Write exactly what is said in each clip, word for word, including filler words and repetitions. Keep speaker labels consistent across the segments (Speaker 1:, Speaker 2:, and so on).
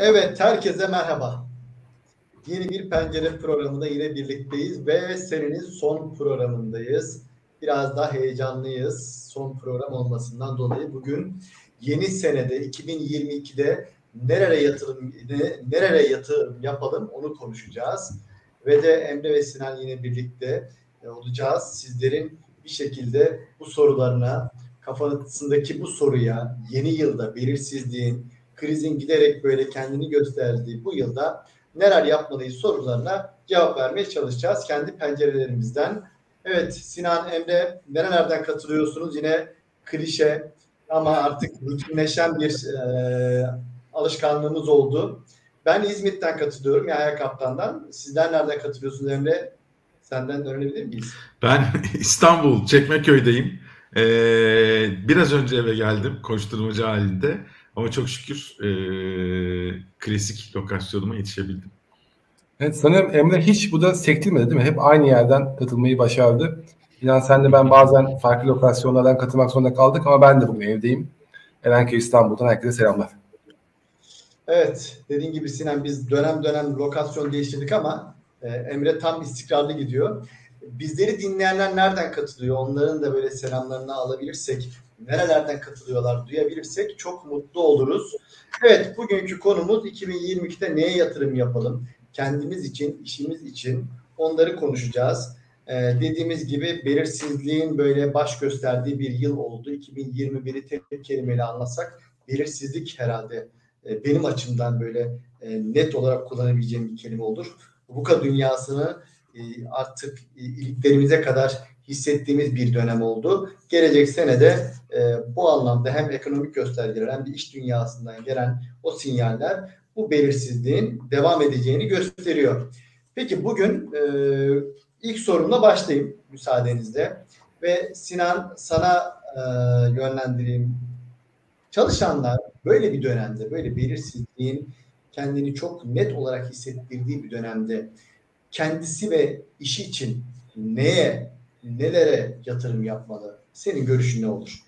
Speaker 1: Evet, herkese merhaba. Yeni bir pencere programında yine birlikteyiz ve senenin son programındayız. Biraz daha heyecanlıyız son program olmasından dolayı. Bugün yeni senede iki bin yirmi ikide nereye yatırım nereye yatırım yapalım onu konuşacağız. Ve de Emre ve Sinan yine birlikte olacağız. Sizlerin bir şekilde bu sorularına, kafasındaki bu soruya, yeni yılda belirsizliğin, krizin giderek böyle kendini gösterdiği bu yılda neler yapmalıyız sorularına cevap vermeye çalışacağız kendi pencerelerimizden. Evet, Sinan, Emre, nerelerden katılıyorsunuz? Yine klişe ama artık rutinleşen bir e, alışkanlığımız oldu. Ben İzmit'ten katılıyorum, Yahya Kaptan'dan. Sizler nereden katılıyorsunuz Emre? Senden öğrenebilir miyiz?
Speaker 2: Ben İstanbul Çekmeköy'deyim. Ee, biraz önce eve geldim koşturmacı halinde. Ama çok şükür e, klasik lokasyonuma yetişebildim.
Speaker 3: Evet, sanırım Emre hiç bu da sektirmedi değil mi? Hep aynı yerden katılmayı başardı. İnan sen de ben bazen farklı lokasyonlardan katılmak zorunda kaldık ama ben de bugün evdeyim. Erenköy İstanbul'dan herkese selamlar.
Speaker 1: Evet, dediğin gibi Sinan biz dönem dönem lokasyon değiştirdik ama e, Emre tam istikrarlı gidiyor. Bizleri dinleyenler nereden katılıyor? Onların da böyle selamlarını alabilirsek, nerelerden katılıyorlar duyabilirsek çok mutlu oluruz. Evet, bugünkü konumuz iki bin yirmi ikide neye yatırım yapalım? Kendimiz için, işimiz için onları konuşacağız. Ee, dediğimiz gibi belirsizliğin böyle baş gösterdiği bir yıl oldu. iki bin yirmi biri tek kelimeyle anlatsak belirsizlik herhalde e, benim açımdan böyle e, net olarak kullanabileceğim bir kelime olur. VUCA dünyasını e, artık e, iliklerimize kadar hissettiğimiz bir dönem oldu. Gelecek senede e, bu anlamda hem ekonomik göstergeler hem de iş dünyasından gelen o sinyaller bu belirsizliğin devam edeceğini gösteriyor. Peki bugün e, ilk sorumla başlayayım müsaadenizle ve Sinan sana e, yönlendireyim. Çalışanlar böyle bir dönemde, böyle belirsizliğin kendini çok net olarak hissettirdiği bir dönemde kendisi ve işi için neye, nelere yatırım yapmalı? Senin görüşün ne olur?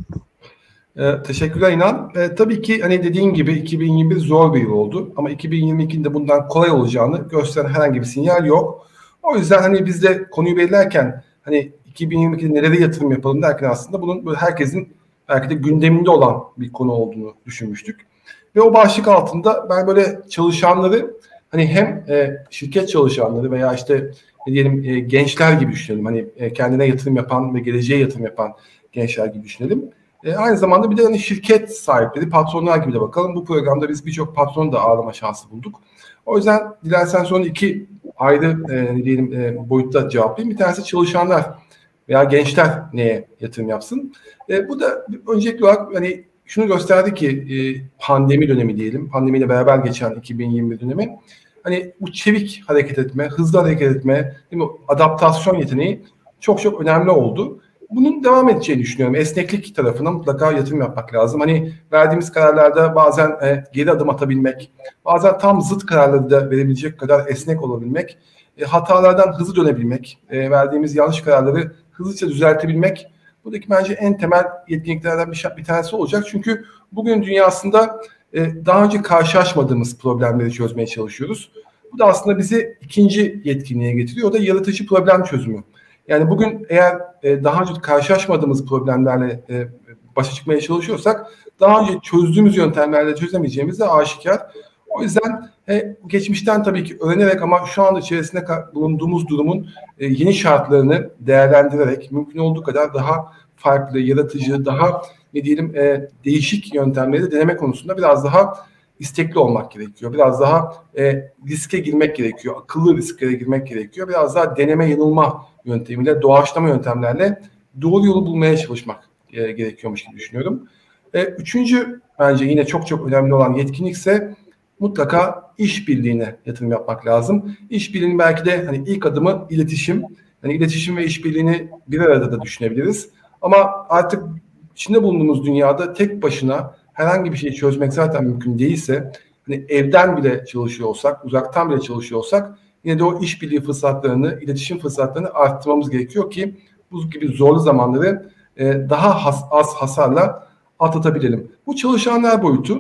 Speaker 3: Ee, teşekkürler İnan. Ee, tabii ki hani dediğin gibi iki bin yirmi bir zor bir yıl oldu ama iki bin yirmi ikinin bundan kolay olacağını gösteren herhangi bir sinyal yok. O yüzden hani biz de konuyu belirlerken hani iki bin yirmi ikide nereye yatırım yapalım derken aslında bunun böyle herkesin belki de gündeminde olan bir konu olduğunu düşünmüştük. Ve o başlık altında ben böyle çalışanları hani hem e, şirket çalışanları veya işte ne diyelim e, gençler gibi düşünelim. Hani e, kendine yatırım yapan ve geleceğe yatırım yapan gençler gibi düşünelim. E, aynı zamanda bir de hani şirket sahipleri, patronlar gibi de bakalım. Bu programda biz birçok patronu da ağırlama şansı bulduk. O yüzden dilersen sonra iki ayrı e, ne diyelim e, boyutta cevaplayayım. Bir tanesi çalışanlar veya gençler neye yatırım yapsın. E, bu da öncelikli olarak hani şunu gösterdi ki e, pandemi dönemi diyelim, pandemiyle beraber geçen iki bin yirmi dönemi hani bu çevik hareket etme, hızlı hareket etme, değil mi, adaptasyon yeteneği çok çok önemli oldu. Bunun devam edeceğini düşünüyorum. Esneklik tarafına mutlaka yatırım yapmak lazım. Hani verdiğimiz kararlarda bazen e, geri adım atabilmek, bazen tam zıt kararları da verebilecek kadar esnek olabilmek, e, hatalardan hızlı dönebilmek, e, verdiğimiz yanlış kararları hızlıca düzeltebilmek buradaki bence en temel yetkinliklerden bir, bir tanesi olacak. Çünkü bugün dünyasında e, daha önce karşılaşmadığımız problemleri çözmeye çalışıyoruz. Bu da aslında bizi ikinci yetkinliğe getiriyor. O da yaratıcı problem çözümü. Yani bugün eğer e, daha önce karşılaşmadığımız problemlerle e, başa çıkmaya çalışıyorsak daha önce çözdüğümüz yöntemlerle çözemeyeceğimiz de aşikar. O yüzden e, geçmişten tabii ki öğrenerek ama şu anda içerisinde bulunduğumuz durumun e, yeni şartlarını değerlendirerek mümkün olduğu kadar daha farklı, yaratıcı, daha ne diyelim e, değişik yöntemleri deneme konusunda biraz daha istekli olmak gerekiyor. Biraz daha e, riske girmek gerekiyor. Akıllı risklere girmek gerekiyor. Biraz daha deneme yanılma yöntemiyle, doğaçlama yöntemlerle doğru yolu bulmaya çalışmak e, gerekiyormuş gibi düşünüyorum. E, üçüncü bence yine çok çok önemli olan yetkinlik ise mutlaka işbirliğine yatırım yapmak lazım. İşbirliğinin belki de hani ilk adımı iletişim. Hani iletişim ve işbirliğini bir arada da düşünebiliriz. Ama artık içinde bulunduğumuz dünyada tek başına herhangi bir şeyi çözmek zaten mümkün değilse, hani evden bile çalışıyor olsak, uzaktan bile çalışıyor olsak yine de o işbirliği fırsatlarını, iletişim fırsatlarını arttırmamız gerekiyor ki bu gibi zorlu zamanları e, daha has, az hasarla atlatabilelim. Bu çalışanlar boyutu. Bir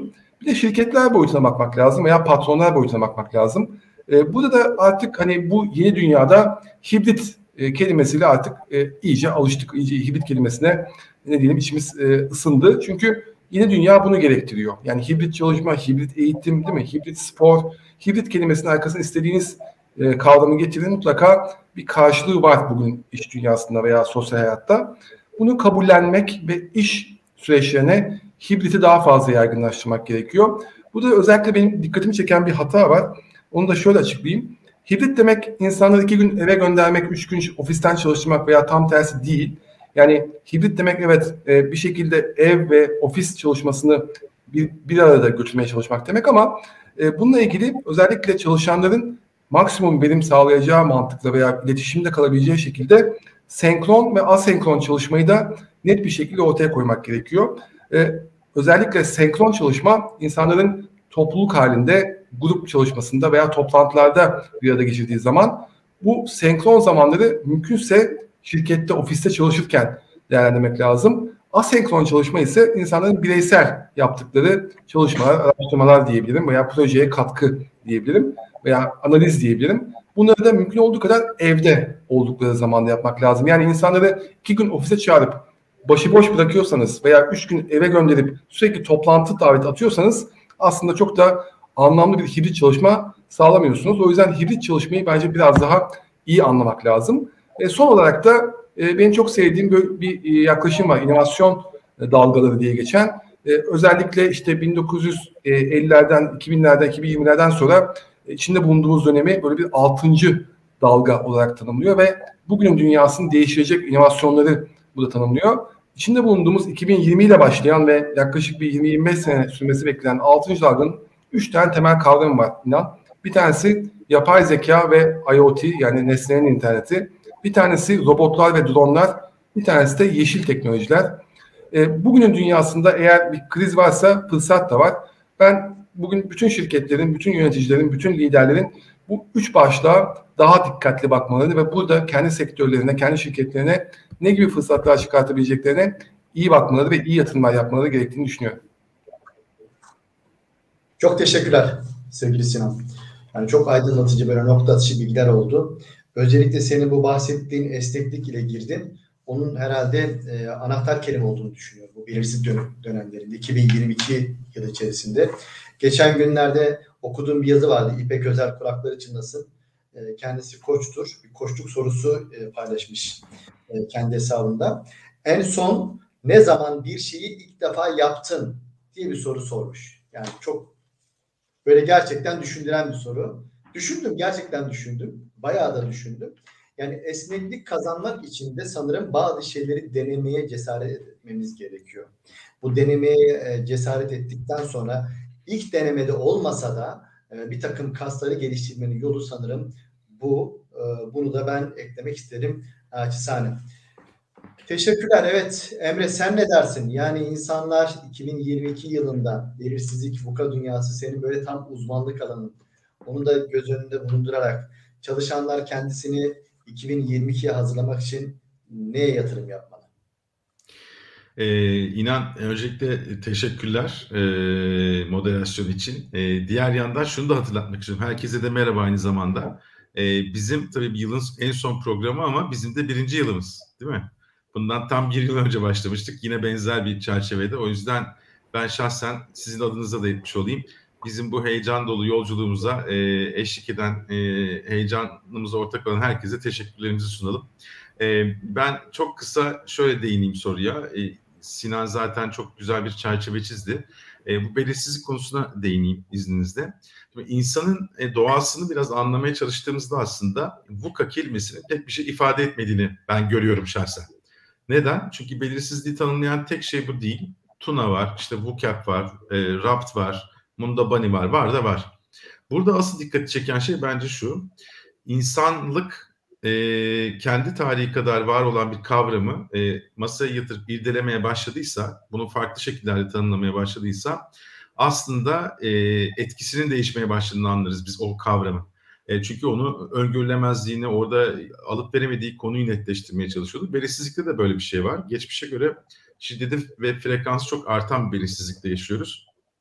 Speaker 3: Bir de şirketler boyutuna bakmak lazım veya patronlar boyutuna bakmak lazım. E, burada da artık hani bu yeni dünyada hibrit e, kelimesiyle artık e, iyice alıştık. İyice hibrit kelimesine ne diyelim içimiz e, ısındı. Çünkü yeni dünya bunu gerektiriyor. Yani hibrit çalışma, hibrit eğitim, değil mi? Hibrit spor, hibrit kelimesinin arkasına istediğiniz e, kavramı getirin. Mutlaka bir karşılığı var bugün iş dünyasında veya sosyal hayatta. Bunu kabullenmek ve iş süreçlerine hibriti daha fazla yaygınlaştırmak gerekiyor. Burada özellikle benim dikkatimi çeken bir hata var. Onu da şöyle açıklayayım. Hibrit demek insanları iki gün eve göndermek, üç gün ofisten çalıştırmak veya tam tersi değil. Yani hibrit demek evet bir şekilde ev ve ofis çalışmasını bir, bir arada götürmeye çalışmak demek ama bununla ilgili özellikle çalışanların maksimum verim sağlayacağı mantıkla veya iletişimde kalabileceği şekilde senkron ve asenkron çalışmayı da net bir şekilde ortaya koymak gerekiyor. Özellikle senkron çalışma insanların topluluk halinde grup çalışmasında veya toplantılarda bir arada geçirdiği zaman bu senkron zamanları mümkünse şirkette, ofiste çalışırken değerlendirmek lazım. Asenkron çalışma ise insanların bireysel yaptıkları çalışmalar, araştırmalar diyebilirim veya projeye katkı diyebilirim veya analiz diyebilirim. Bunları da mümkün olduğu kadar evde oldukları zamanda yapmak lazım. Yani insanları iki gün ofise çağırıp başıboş bırakıyorsanız veya üç gün eve gönderip sürekli toplantı daveti atıyorsanız aslında çok da anlamlı bir hibrit çalışma sağlamıyorsunuz. O yüzden hibrit çalışmayı bence biraz daha iyi anlamak lazım. E, son olarak da e, benim çok sevdiğim böyle bir e, yaklaşım var. İnovasyon e, dalgaları diye geçen. E, özellikle işte bin dokuz yüz ellilerden, iki binlerden, iki bin yirmilerden sonra e, içinde bulunduğumuz dönemi böyle bir altıncı dalga olarak tanımlıyor ve bugünün dünyasını değiştirecek inovasyonları bu da tanımlıyor. İçinde bulunduğumuz iki bin yirmi ile başlayan ve yaklaşık bir yirmi yirmi beş sene sürmesi beklenen altıncı dalganın üç tane temel kavramı var inan. Bir tanesi yapay zeka ve IoT yani nesnelerin interneti. Bir tanesi robotlar ve dronlar. Bir tanesi de yeşil teknolojiler. E, bugünün dünyasında eğer bir kriz varsa fırsat da var. Ben bugün bütün şirketlerin, bütün yöneticilerin, bütün liderlerin bu üç başlığa daha dikkatli bakmalarını ve burada kendi sektörlerine, kendi şirketlerine ne gibi fırsatlar çıkartabileceklerine iyi bakmaları ve iyi yatırımlar yapmaları gerektiğini düşünüyorum.
Speaker 1: Çok teşekkürler sevgili Sinan. Yani çok aydınlatıcı böyle nokta atışı bilgiler oldu. Özellikle senin bu bahsettiğin esneklik ile girdin. Onun herhalde e, anahtar kelime olduğunu düşünüyorum bu belirsiz dön- dönemlerinde iki bin yirmi iki yılı içerisinde. Geçen günlerde okuduğum bir yazı vardı. İpek Özer Kulakları Çınlasın. E, kendisi koçtur. Bir koçluk sorusu e, paylaşmış e, kendi hesabında. En son ne zaman bir şeyi ilk defa yaptın diye bir soru sormuş. Yani çok böyle gerçekten düşündüren bir soru. Düşündüm, gerçekten düşündüm. Bayağı da düşündüm. Yani esneklik kazanmak için de sanırım bazı şeyleri denemeye cesaret etmemiz gerekiyor. Bu denemeye cesaret ettikten sonra ilk denemede olmasa da bir takım kasları geliştirmenin yolu sanırım bu. Bunu da ben eklemek isterim naçizane. Teşekkürler. Evet Emre sen ne dersin? Yani insanlar iki bin yirmi iki yılında belirsizlik, VUCA dünyası senin böyle tam uzmanlık alanın. Onu da göz önünde bulundurarak çalışanlar kendisini iki bin yirmi ikiye hazırlamak için neye yatırım yapmalı?
Speaker 2: Ee, İnan öncelikle teşekkürler e, moderasyon için. E, diğer yandan şunu da hatırlatmak istiyorum. Herkese de merhaba aynı zamanda. E, bizim tabii bir yılın en son programı ama bizim de birinci yılımız değil mi? Bundan tam bir yıl önce başlamıştık. Yine benzer bir çerçevede. O yüzden ben şahsen sizin adınıza da etmiş olayım. Bizim bu heyecan dolu yolculuğumuza e, eşlik eden, e, heyecanımıza ortak olan herkese teşekkürlerimizi sunalım. E, ben çok kısa şöyle değineyim soruya. E, Sinan zaten çok güzel bir çerçeve çizdi. E, bu belirsizlik konusuna değineyim izninizle. Şimdi insanın e, doğasını biraz anlamaya çalıştığımızda aslında VUCA kelimesinin pek bir şey ifade etmediğini ben görüyorum şahsen. Neden? Çünkü belirsizliği tanımlayan tek şey bu değil. Tuna var, işte vocab var, e, rapt var, Munda Bunny var, var da var. Burada asıl dikkati çeken şey bence şu. İnsanlık e, kendi tarihi kadar var olan bir kavramı e, masaya yatırıp irdelemeye başladıysa, bunu farklı şekillerde tanımlamaya başladıysa aslında e, etkisinin değişmeye başladığını anlarız biz o kavramı. E, çünkü onu öngörülemezliğini, orada alıp veremediği konuyu netleştirmeye çalışıyorduk. Belirsizlikte de böyle bir şey var. Geçmişe göre şiddeti ve frekansı çok artan bir belirsizlikte yaşıyoruz.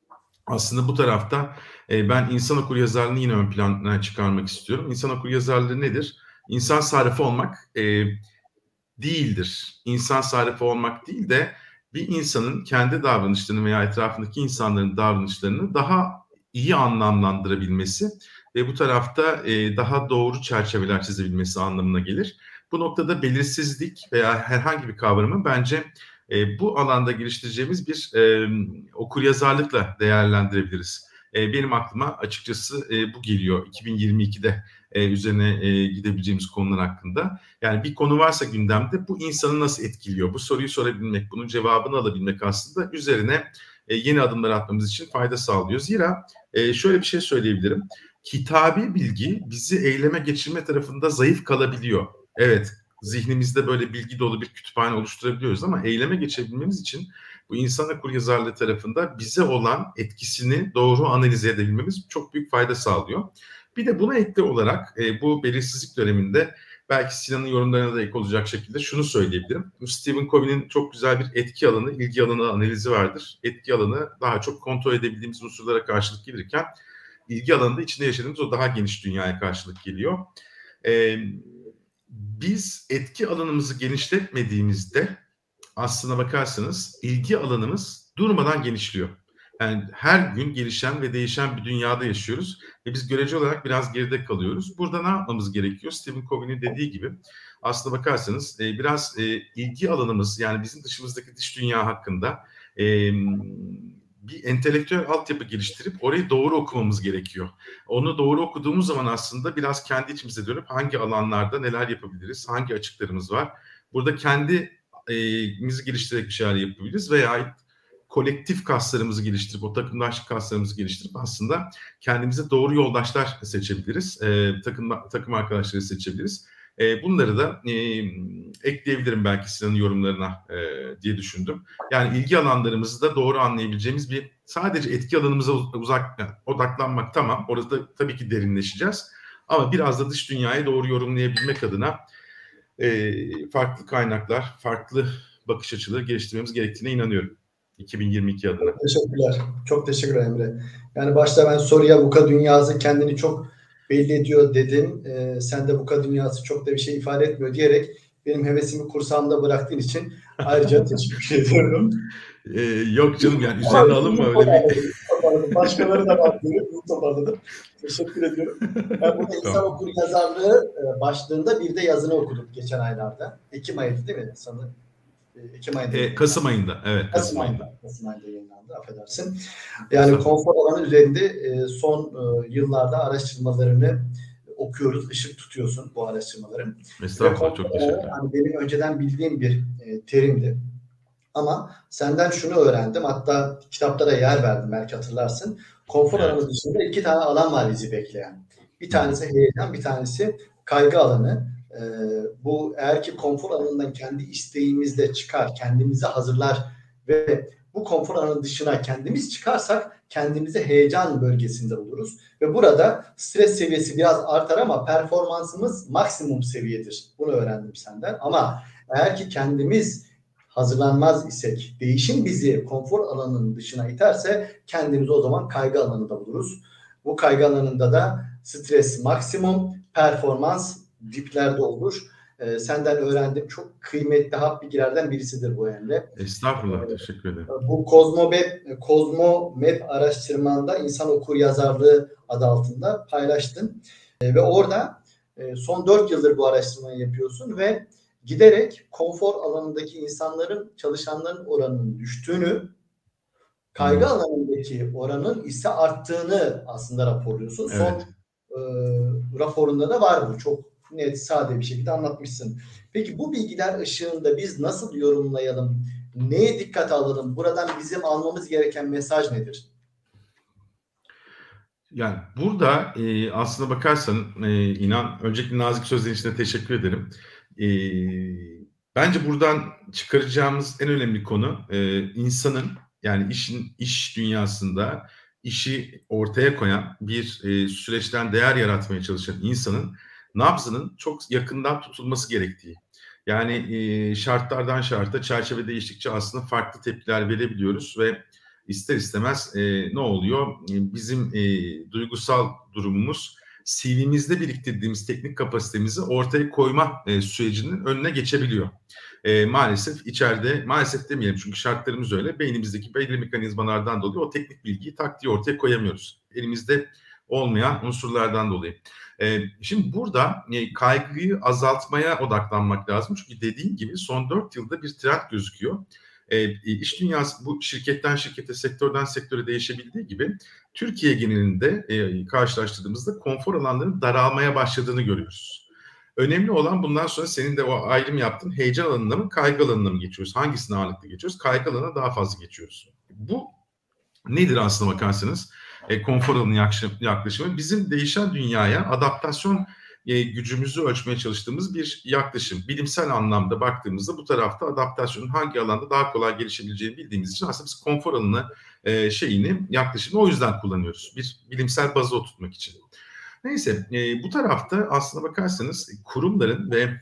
Speaker 2: aslında bu tarafta e, ben insan okuryazarlığını yine ön plana çıkarmak istiyorum. İnsan okuryazarlığı nedir? İnsan sarrafı olmak e, değildir. İnsan sarrafı olmak değil de bir insanın kendi davranışlarını veya etrafındaki insanların davranışlarını daha iyi anlamlandırabilmesi ve bu tarafta e, daha doğru çerçeveler çizebilmesi anlamına gelir. Bu noktada belirsizlik veya herhangi bir kavramı bence e, bu alanda geliştireceğimiz bir e, okuryazarlıkla değerlendirebiliriz. E, benim aklıma açıkçası e, bu geliyor iki bin yirmi ikide e, üzerine e, gidebileceğimiz konular hakkında. Yani bir konu varsa gündemde bu insanı nasıl etkiliyor? Bu soruyu sorabilmek, bunun cevabını alabilmek aslında üzerine e, yeni adımlar atmamız için fayda sağlıyor. Zira e, şöyle bir şey söyleyebilirim. Kitabi bilgi bizi eyleme geçirme tarafında zayıf kalabiliyor. Evet, zihnimizde böyle bilgi dolu bir kütüphane oluşturabiliyoruz ama eyleme geçebilmemiz için bu insan okuryazarlığı tarafında bize olan etkisini doğru analiz edebilmemiz çok büyük fayda sağlıyor. Bir de buna ekle olarak e, bu belirsizlik döneminde belki Sinan'ın yorumlarına da ek olacak şekilde şunu söyleyebilirim. Stephen Covey'nin çok güzel bir etki alanı, ilgi alanı analizi vardır. Etki alanı daha çok kontrol edebildiğimiz unsurlara karşılık gelirken ilgi alanında içinde yaşadığımız o daha geniş dünyaya karşılık geliyor. Ee, biz etki alanımızı genişletmediğimizde aslına bakarsanız ilgi alanımız durmadan genişliyor. Yani her gün gelişen ve değişen bir dünyada yaşıyoruz ve biz görece olarak biraz geride kalıyoruz. Burada ne yapmamız gerekiyor? Stephen Covey'nin dediği gibi aslına bakarsanız e, biraz e, ilgi alanımız, yani bizim dışımızdaki dış dünya hakkında e, bir entelektüel altyapı geliştirip orayı doğru okumamız gerekiyor. Onu doğru okuduğumuz zaman aslında biraz kendi içimize dönüp hangi alanlarda neler yapabiliriz, hangi açıklarımız var. Burada kendimizi geliştirerek bir şeyler yapabiliriz veya kolektif kaslarımızı geliştirip, o takımdaşlık kaslarımızı geliştirip aslında kendimize doğru yoldaşlar seçebiliriz. E, takım takım arkadaşları seçebiliriz. E, bunları da e, ekleyebilirim belki Sinan'ın yorumlarına e, diye düşündüm. Yani ilgi alanlarımızı da doğru anlayabileceğimiz bir, sadece etki alanımıza uzak yani odaklanmak tamam. Orada tabii ki derinleşeceğiz. Ama biraz da dış dünyayı doğru yorumlayabilmek adına e, farklı kaynaklar, farklı bakış açıları geliştirmemiz gerektiğine inanıyorum. iki bin yirmi iki adına.
Speaker 1: Teşekkürler. Çok teşekkür ederim Emre. Yani başta ben soruya VUCA dünyası kendini çok belli ediyor dedin. Ee, sen de VUCA dünyası çok da bir şey ifade etmiyor diyerek benim hevesimi kursağımda bıraktığın için ayrıca teşekkür ediyorum.
Speaker 2: Ee, yok canım, yani üzerine alınma öyle bir...
Speaker 1: Başkaları da var diye bunu toparladım. Teşekkür ediyorum. Ben burada insan tamam. Okur yazarlığı başlığında bir de yazını okuduk geçen aylarda. Ekim ayıydı değil mi sanırım? Ekim ayında.
Speaker 2: E, Kasım ayında. Evet.
Speaker 1: Kasım, Kasım ayında. ayında. Kasım ayında yayınlandı. Affedersin. Yani Kasım. Konfor alanı üzerinde son yıllarda araştırmalarını okuyoruz. Işık tutuyorsun bu araştırmaların.
Speaker 2: Estağfurullah. Çok teşekkür ederim.
Speaker 1: Yani benim önceden bildiğim bir terimdi. Ama senden şunu öğrendim. Hatta kitaplara yer verdim. Belki hatırlarsın. Konfor evet. alanı dışında iki tane alan var bizi bekleyen. Bir tanesi heyecan, bir tanesi kaygı alanı. Ee, bu eğer ki konfor alanından kendi isteğimizle çıkar, kendimizi hazırlar ve bu konfor alanı dışına kendimiz çıkarsak kendimizi heyecan bölgesinde buluruz. Ve burada stres seviyesi biraz artar ama performansımız maksimum seviyedir. Bunu öğrendim senden. Ama eğer ki kendimiz hazırlanmaz isek, değişim bizi konfor alanının dışına iterse kendimizi o zaman kaygı alanında buluruz. Bu kaygı alanında da stres maksimum, performans diplerde olur. Ee, senden öğrendim. Çok kıymetli hap bilgilerden birisidir bu Emre.
Speaker 2: Estağfurullah. Ee, teşekkür ederim. Bu
Speaker 1: Kozmomap, Kozmomap araştırmanda insan okur yazarlığı adı altında paylaştın. Ee, ve orada e, son dört yıldır bu araştırmayı yapıyorsun ve giderek konfor alanındaki insanların, çalışanların oranının düştüğünü, kaygı hmm. alanındaki oranın ise arttığını aslında raporluyorsun. Evet. Son e, raporunda da var bu. Çok net, sade bir şekilde anlatmışsın. Peki bu bilgiler ışığında biz nasıl yorumlayalım? Neye dikkat alalım? Buradan bizim almamız gereken mesaj nedir?
Speaker 2: Yani burada e, aslına bakarsan e, inan, öncelikle nazik sözlerin için de teşekkür ederim. E, bence buradan çıkaracağımız en önemli konu e, insanın, yani işin iş dünyasında işi ortaya koyan bir e, süreçten değer yaratmaya çalışan insanın nabzının çok yakından tutulması gerektiği. Yani e, şartlardan şarta çerçeve değiştikçe aslında farklı tepkiler verebiliyoruz ve ister istemez e, ne oluyor? E, bizim e, duygusal durumumuz C V'mizde biriktirdiğimiz teknik kapasitemizi ortaya koyma e, sürecinin önüne geçebiliyor. E, maalesef içeride, maalesef demeyelim çünkü şartlarımız öyle, beynimizdeki belirli mekanizmalardan dolayı o teknik bilgiyi, taktiği ortaya koyamıyoruz. Elimizde olmayan unsurlardan dolayı. E, şimdi burada e, kaygıyı azaltmaya odaklanmak lazım. Çünkü dediğim gibi son dört yılda bir trend gözüküyor. E, iş dünyası bu şirketten şirkete, sektörden sektöre değişebildiği gibi Türkiye genelinde e, karşılaştırdığımızda konfor alanlarının daralmaya başladığını görüyoruz. Önemli olan bundan sonra senin de o ayrım yaptığın heyecan alanına mı, kaygı alanına mı geçiyoruz? Hangisine ağırlıklı geçiyoruz? Kaygı alanına daha fazla geçiyoruz. Bu nedir aslına bakarsanız? E, konfor alanı yaklaşımı bizim değişen dünyaya adaptasyon e, gücümüzü ölçmeye çalıştığımız bir yaklaşım. Bilimsel anlamda baktığımızda bu tarafta adaptasyonun hangi alanda daha kolay gelişebileceğini bildiğimiz için aslında biz konfor alanı e, şeyini, yaklaşımı o yüzden kullanıyoruz. Bir bilimsel bazı oturtmak için. Neyse e, bu tarafta aslına bakarsanız kurumların ve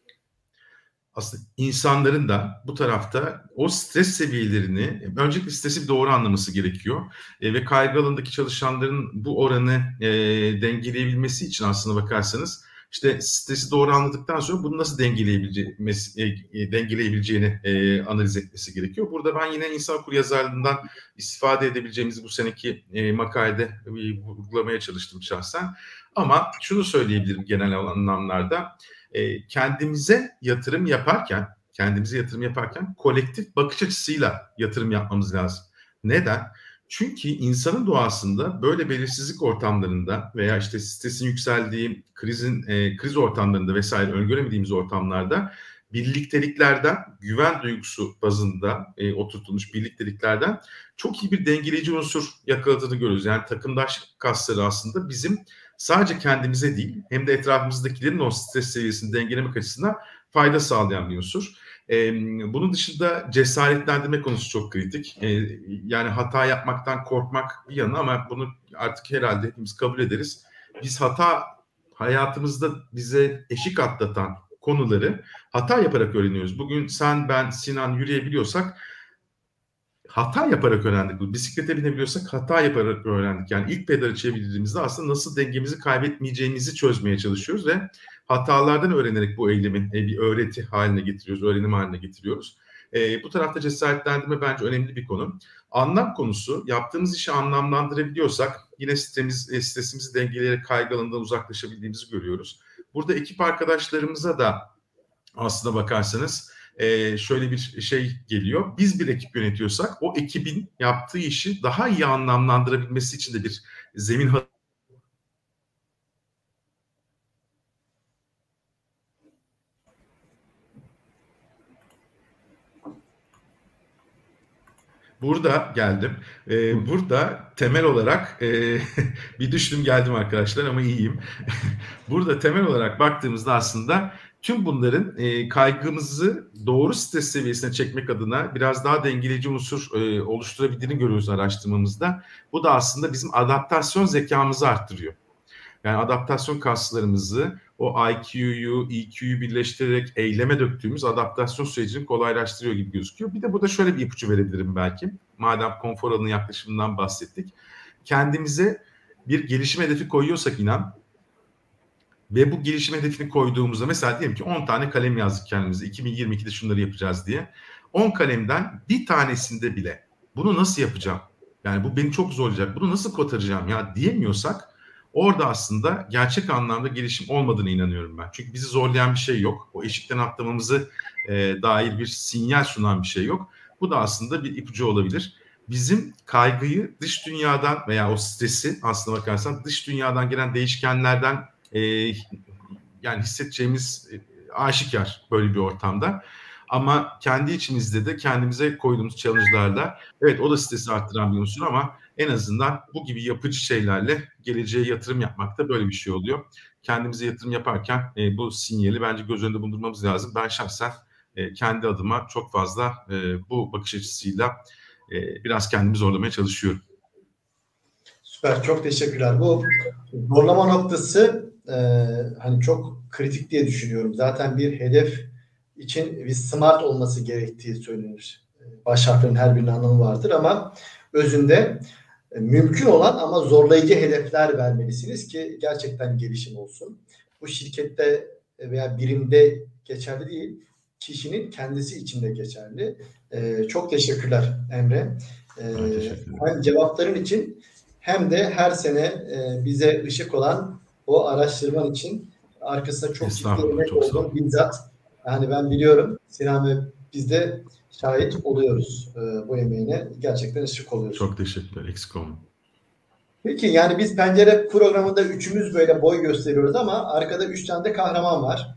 Speaker 2: aslında insanların da bu tarafta o stres seviyelerini, öncelikle stresi bir doğru anlaması gerekiyor. E, ve kaygı alanındaki çalışanların bu oranı e, dengeleyebilmesi için aslına bakarsanız, işte stresi doğru anladıktan sonra bunu nasıl dengeleyebileceğini, e, dengeleyebileceğini e, analiz etmesi gerekiyor. Burada ben yine insan okuryazarlığından istifade edebileceğimizi bu seneki e, makalede e, vurgulamaya çalıştım şahsen. Ama şunu söyleyebilirim genel anlamlarda. Kendimize yatırım yaparken, kendimize yatırım yaparken kolektif bakış açısıyla yatırım yapmamız lazım. Neden? Çünkü insanın doğasında böyle belirsizlik ortamlarında veya işte stresin yükseldiği krizin e, kriz ortamlarında vesaire öngöremediğimiz ortamlarda birlikteliklerden, güven duygusu bazında e, oturtulmuş birlikteliklerden çok iyi bir dengeleyici unsur yakaladığını görüyoruz. Yani takımdaşlık kasları aslında bizim sadece kendimize değil hem de etrafımızdakilerin o stres seviyesini dengelemek açısından fayda sağlayan bir unsur. Ee, bunun dışında cesaretlendirme konusu çok kritik. Ee, yani hata yapmaktan korkmak bir yana ama bunu artık herhalde hepimiz kabul ederiz. Biz hata hayatımızda bize eşik atlatan konuları hata yaparak öğreniyoruz. Bugün sen, ben, Sinan yürüyebiliyorsak hata yaparak öğrendik. Bisiklete binebiliyorsak hata yaparak öğrendik. Yani ilk pedalı çevirdiğimizde aslında nasıl dengemizi kaybetmeyeceğimizi çözmeye çalışıyoruz ve hatalardan öğrenerek bu eylemi bir öğreti haline getiriyoruz, öğrenim haline getiriyoruz. E, bu tarafta cesaretlendirme bence önemli bir konu. Anlam konusu, yaptığımız işi anlamlandırabiliyorsak yine stresimiz, stresimizi dengeleyerek kaygı alanından uzaklaşabildiğimizi görüyoruz. Burada ekip arkadaşlarımıza da aslına bakarsanız e, şöyle bir şey geliyor. Biz bir ekip yönetiyorsak o ekibin yaptığı işi daha iyi anlamlandırabilmesi için de bir zemin Burada geldim. Ee, burada temel olarak e, bir düştüm geldim arkadaşlar ama iyiyim. Burada temel olarak baktığımızda aslında tüm bunların e, kaygımızı doğru stres seviyesine çekmek adına biraz daha dengeleyici unsur e, oluşturabildiğini görüyoruz araştırmamızda. Bu da aslında bizim adaptasyon zekamızı arttırıyor. Yani adaptasyon kaslarımızı, o I Q'yu, E Q'yu birleştirerek eyleme döktüğümüz adaptasyon sürecini kolaylaştırıyor gibi gözüküyor. Bir de burada şöyle bir ipucu verebilirim belki. Madem konfor alanı yaklaşımından bahsettik. Kendimize bir gelişim hedefi koyuyorsak inan ve bu gelişim hedefini koyduğumuzda mesela diyelim ki on tane kalem yazdık kendimize. iki bin yirmi ikide şunları yapacağız diye. on kalemden bir tanesinde bile bunu nasıl yapacağım? Yani bu beni çok zorlayacak. Bunu nasıl kotaracağım ya diyemiyorsak orada aslında gerçek anlamda gelişim olmadığını inanıyorum ben. Çünkü bizi zorlayan bir şey yok. O eşikten atlamamızı e, dair bir sinyal sunan bir şey yok. Bu da aslında bir ipucu olabilir. Bizim kaygıyı dış dünyadan veya o stresi aslına bakarsan dış dünyadan gelen değişkenlerden e, yani hissedeceğimiz e, aşikar böyle bir ortamda. Ama kendi içimizde de kendimize koyduğumuz challenge'larla evet o da stresi arttıran bir unsur ama en azından bu gibi yapıcı şeylerle geleceğe yatırım yapmak da böyle bir şey oluyor. Kendimize yatırım yaparken e, bu sinyali bence göz önünde bulundurmamız lazım. Ben şahsen e, kendi adıma çok fazla e, bu bakış açısıyla e, biraz kendimi zorlamaya çalışıyorum.
Speaker 1: Süper, çok teşekkürler. Bu zorlama noktası e, hani çok kritik diye düşünüyorum. Zaten bir hedef için bir smart olması gerektiği söylenir. Baş harflerin her birinin anlamı vardır ama özünde e, mümkün olan ama zorlayıcı hedefler vermelisiniz ki gerçekten gelişim olsun. Bu şirkette veya birimde geçerli değil, kişinin kendisi için de geçerli. E, çok teşekkürler Emre. E, hem cevapların için hem de her sene e, bize ışık olan o araştırman için arkasında çok ciddi emek olduğunu bizzat yani ben biliyorum. Sinan ve biz de şahit oluyoruz e, bu emeğine. Gerçekten ışık oluyoruz.
Speaker 2: Çok teşekkürler. Eksik olun.
Speaker 1: Peki yani biz Pencere programında üçümüz böyle boy gösteriyoruz ama arkada üç tane de kahraman var.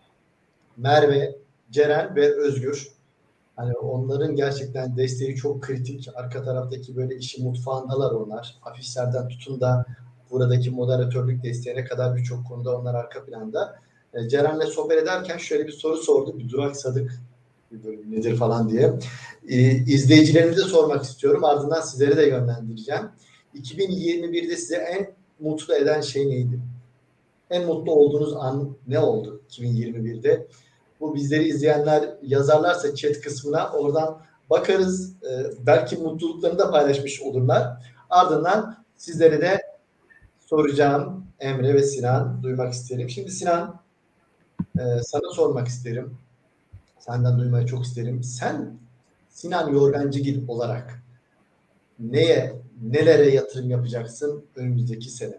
Speaker 1: Merve, Ceren ve Özgür. Hani onların gerçekten desteği çok kritik. Arka taraftaki böyle işi mutfağındalar onlar. Afişlerden tutun da buradaki moderatörlük desteğine kadar birçok konuda onlar arka planda. E, Ceren'le sohbet ederken şöyle bir soru sordu. Bir duraksadık. Bir bölüm nedir falan diye. E, izleyicilerimize sormak istiyorum. Ardından sizlere de yönlendireceğim. iki bin yirmi birde size en mutlu eden şey neydi? En mutlu olduğunuz an ne oldu iki bin yirmi birde? Bu bizleri izleyenler yazarlarsa chat kısmına oradan bakarız. Ee, belki mutluluklarını da paylaşmış olurlar. Ardından sizlere de soracağım Emre ve Sinan duymak isterim. Şimdi Sinan e, sana sormak isterim. Senden duymayı çok isterim. Sen Sinan Yorgancıgil olarak neye, nelere yatırım yapacaksın önümüzdeki sene?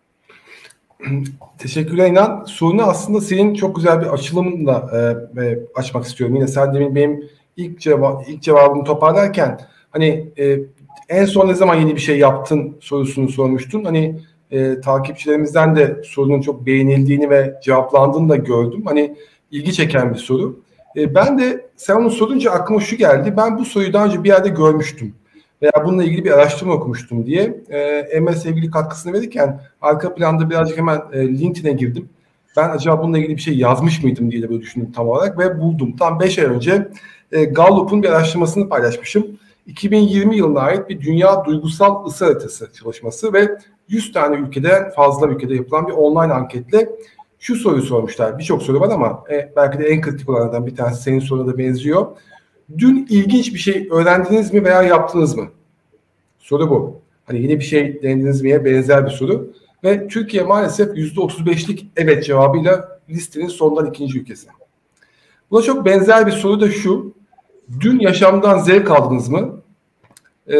Speaker 3: Teşekkürler İnan. Sorunu aslında senin çok güzel bir açılımla e, e, açmak istiyorum. Yine sen demin benim ilk, cevap, ilk cevabımı toparlarken hani e, en son ne zaman yeni bir şey yaptın sorusunu sormuştun. Hani e, takipçilerimizden de sorunun çok beğenildiğini ve cevaplandığını da gördüm. Hani ilgi çeken bir soru. E, ben de sen onu sorunca aklıma şu geldi. Ben bu soruyu daha önce bir yerde görmüştüm. Veya bununla ilgili bir araştırma okumuştum diye e, Emre sevgili katkısını verirken arka planda birazcık hemen e, LinkedIn'e girdim. Ben acaba bununla ilgili bir şey yazmış mıydım diye de böyle düşündüm tam olarak ve buldum. Tam beş ay önce e, Gallup'un bir araştırmasını paylaşmışım. iki bin yirmi yılına ait bir dünya duygusal ısı haritası çalışması ve yüz tane ülkeden fazla ülkede yapılan bir online anketle şu soruyu sormuşlar. Birçok soru var ama e, belki de en kritik olanlardan bir tanesi senin soruna da benziyor. Dün ilginç bir şey öğrendiniz mi veya yaptınız mı? Soru bu. Hani yeni bir şey denediniz miye benzer bir soru. Ve Türkiye maalesef yüzde otuz beşlik evet cevabıyla listenin sondan ikinci ülkesi. Buna çok benzer bir soru da şu. Dün yaşamdan zevk aldınız mı? Ee,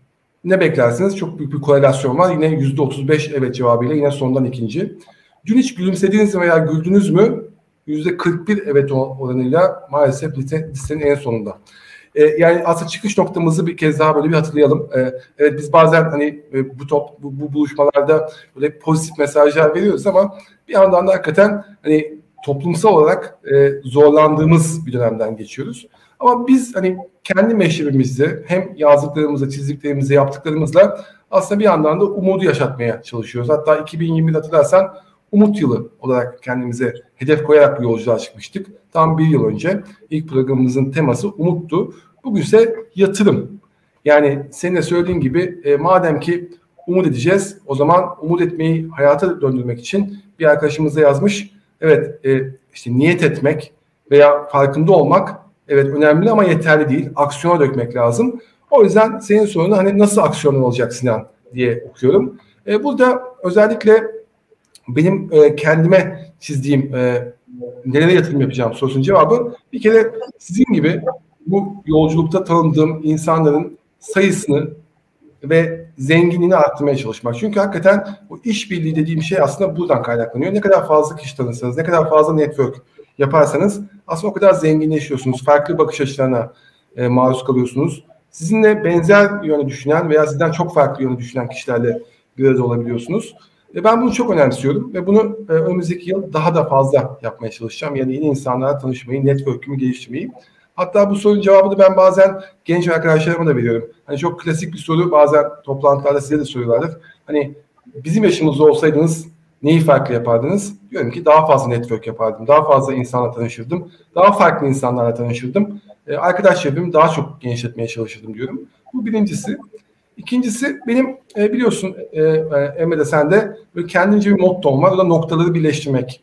Speaker 3: ne beklersiniz? Çok büyük bir korelasyon var. Yine yüzde otuz beş evet cevabıyla yine sondan ikinci. Dün hiç gülümsediniz mi veya güldünüz mü? yüzde kırk bir evet oranıyla maalesef liste, listenin en sonunda. Ee, yani aslında çıkış noktamızı bir kez daha böyle bir hatırlayalım. Ee, evet biz bazen hani bu, top, bu, bu buluşmalarda böyle pozitif mesajlar veriyoruz ama bir yandan da hakikaten hani toplumsal olarak e, zorlandığımız bir dönemden geçiyoruz. Ama biz hani kendi meşrebimizde hem yazdıklarımızla, çizdiklerimizle, yaptıklarımızla aslında bir yandan da umudu yaşatmaya çalışıyoruz. Hatta iki bin yirmide hatırlarsan Umut Yılı olarak kendimize hedef koyarak bir yolculuğa çıkmıştık. Tam bir yıl önce ilk programımızın teması umuttu. Bugün ise yatırım. Yani senin de söylediğin gibi e, madem ki umut edeceğiz, o zaman umut etmeyi hayata döndürmek için bir arkadaşımız da yazmış. Evet e, işte niyet etmek veya farkında olmak evet önemli ama yeterli değil. Aksiyona dökmek lazım. O yüzden senin sorunu hani nasıl aksiyonun olacak Sinan diye okuyorum. E, burada özellikle benim e, kendime çizdiğim e, nelere yatırım yapacağım sorusunun cevabı bir kere sizin gibi bu yolculukta tanıdığım insanların sayısını ve zenginliğini arttırmaya çalışmak. Çünkü hakikaten bu işbirliği dediğim şey aslında buradan kaynaklanıyor. Ne kadar fazla kişi tanırsanız, ne kadar fazla network yaparsanız aslında o kadar zenginleşiyorsunuz. Farklı bakış açılarına e, maruz kalıyorsunuz. Sizinle benzer yönde düşünen veya sizden çok farklı yönde düşünen kişilerle bir arada olabiliyorsunuz. Ve ben bunu çok önemsiyorum ve bunu e, önümüzdeki yıl daha da fazla yapmaya çalışacağım. Yani yeni insanlarla tanışmayı, network'ümü geliştirmeyi. Hatta bu sorunun cevabını ben bazen genç arkadaşlarıma da veriyorum. Hani çok klasik bir soru, bazen toplantılarda size de soruyorlardır. Hani bizim yaşımızda olsaydınız neyi farklı yapardınız? Diyorum ki daha fazla network yapardım, daha fazla insanla tanışırdım, daha farklı insanlarla tanışırdım. E, arkadaş çevremi daha çok genişletmeye çalışırdım diyorum. Bu birincisi. İkincisi benim e, biliyorsun e, e, Emre de sen de böyle kendince bir mottom var. O da noktaları birleştirmek.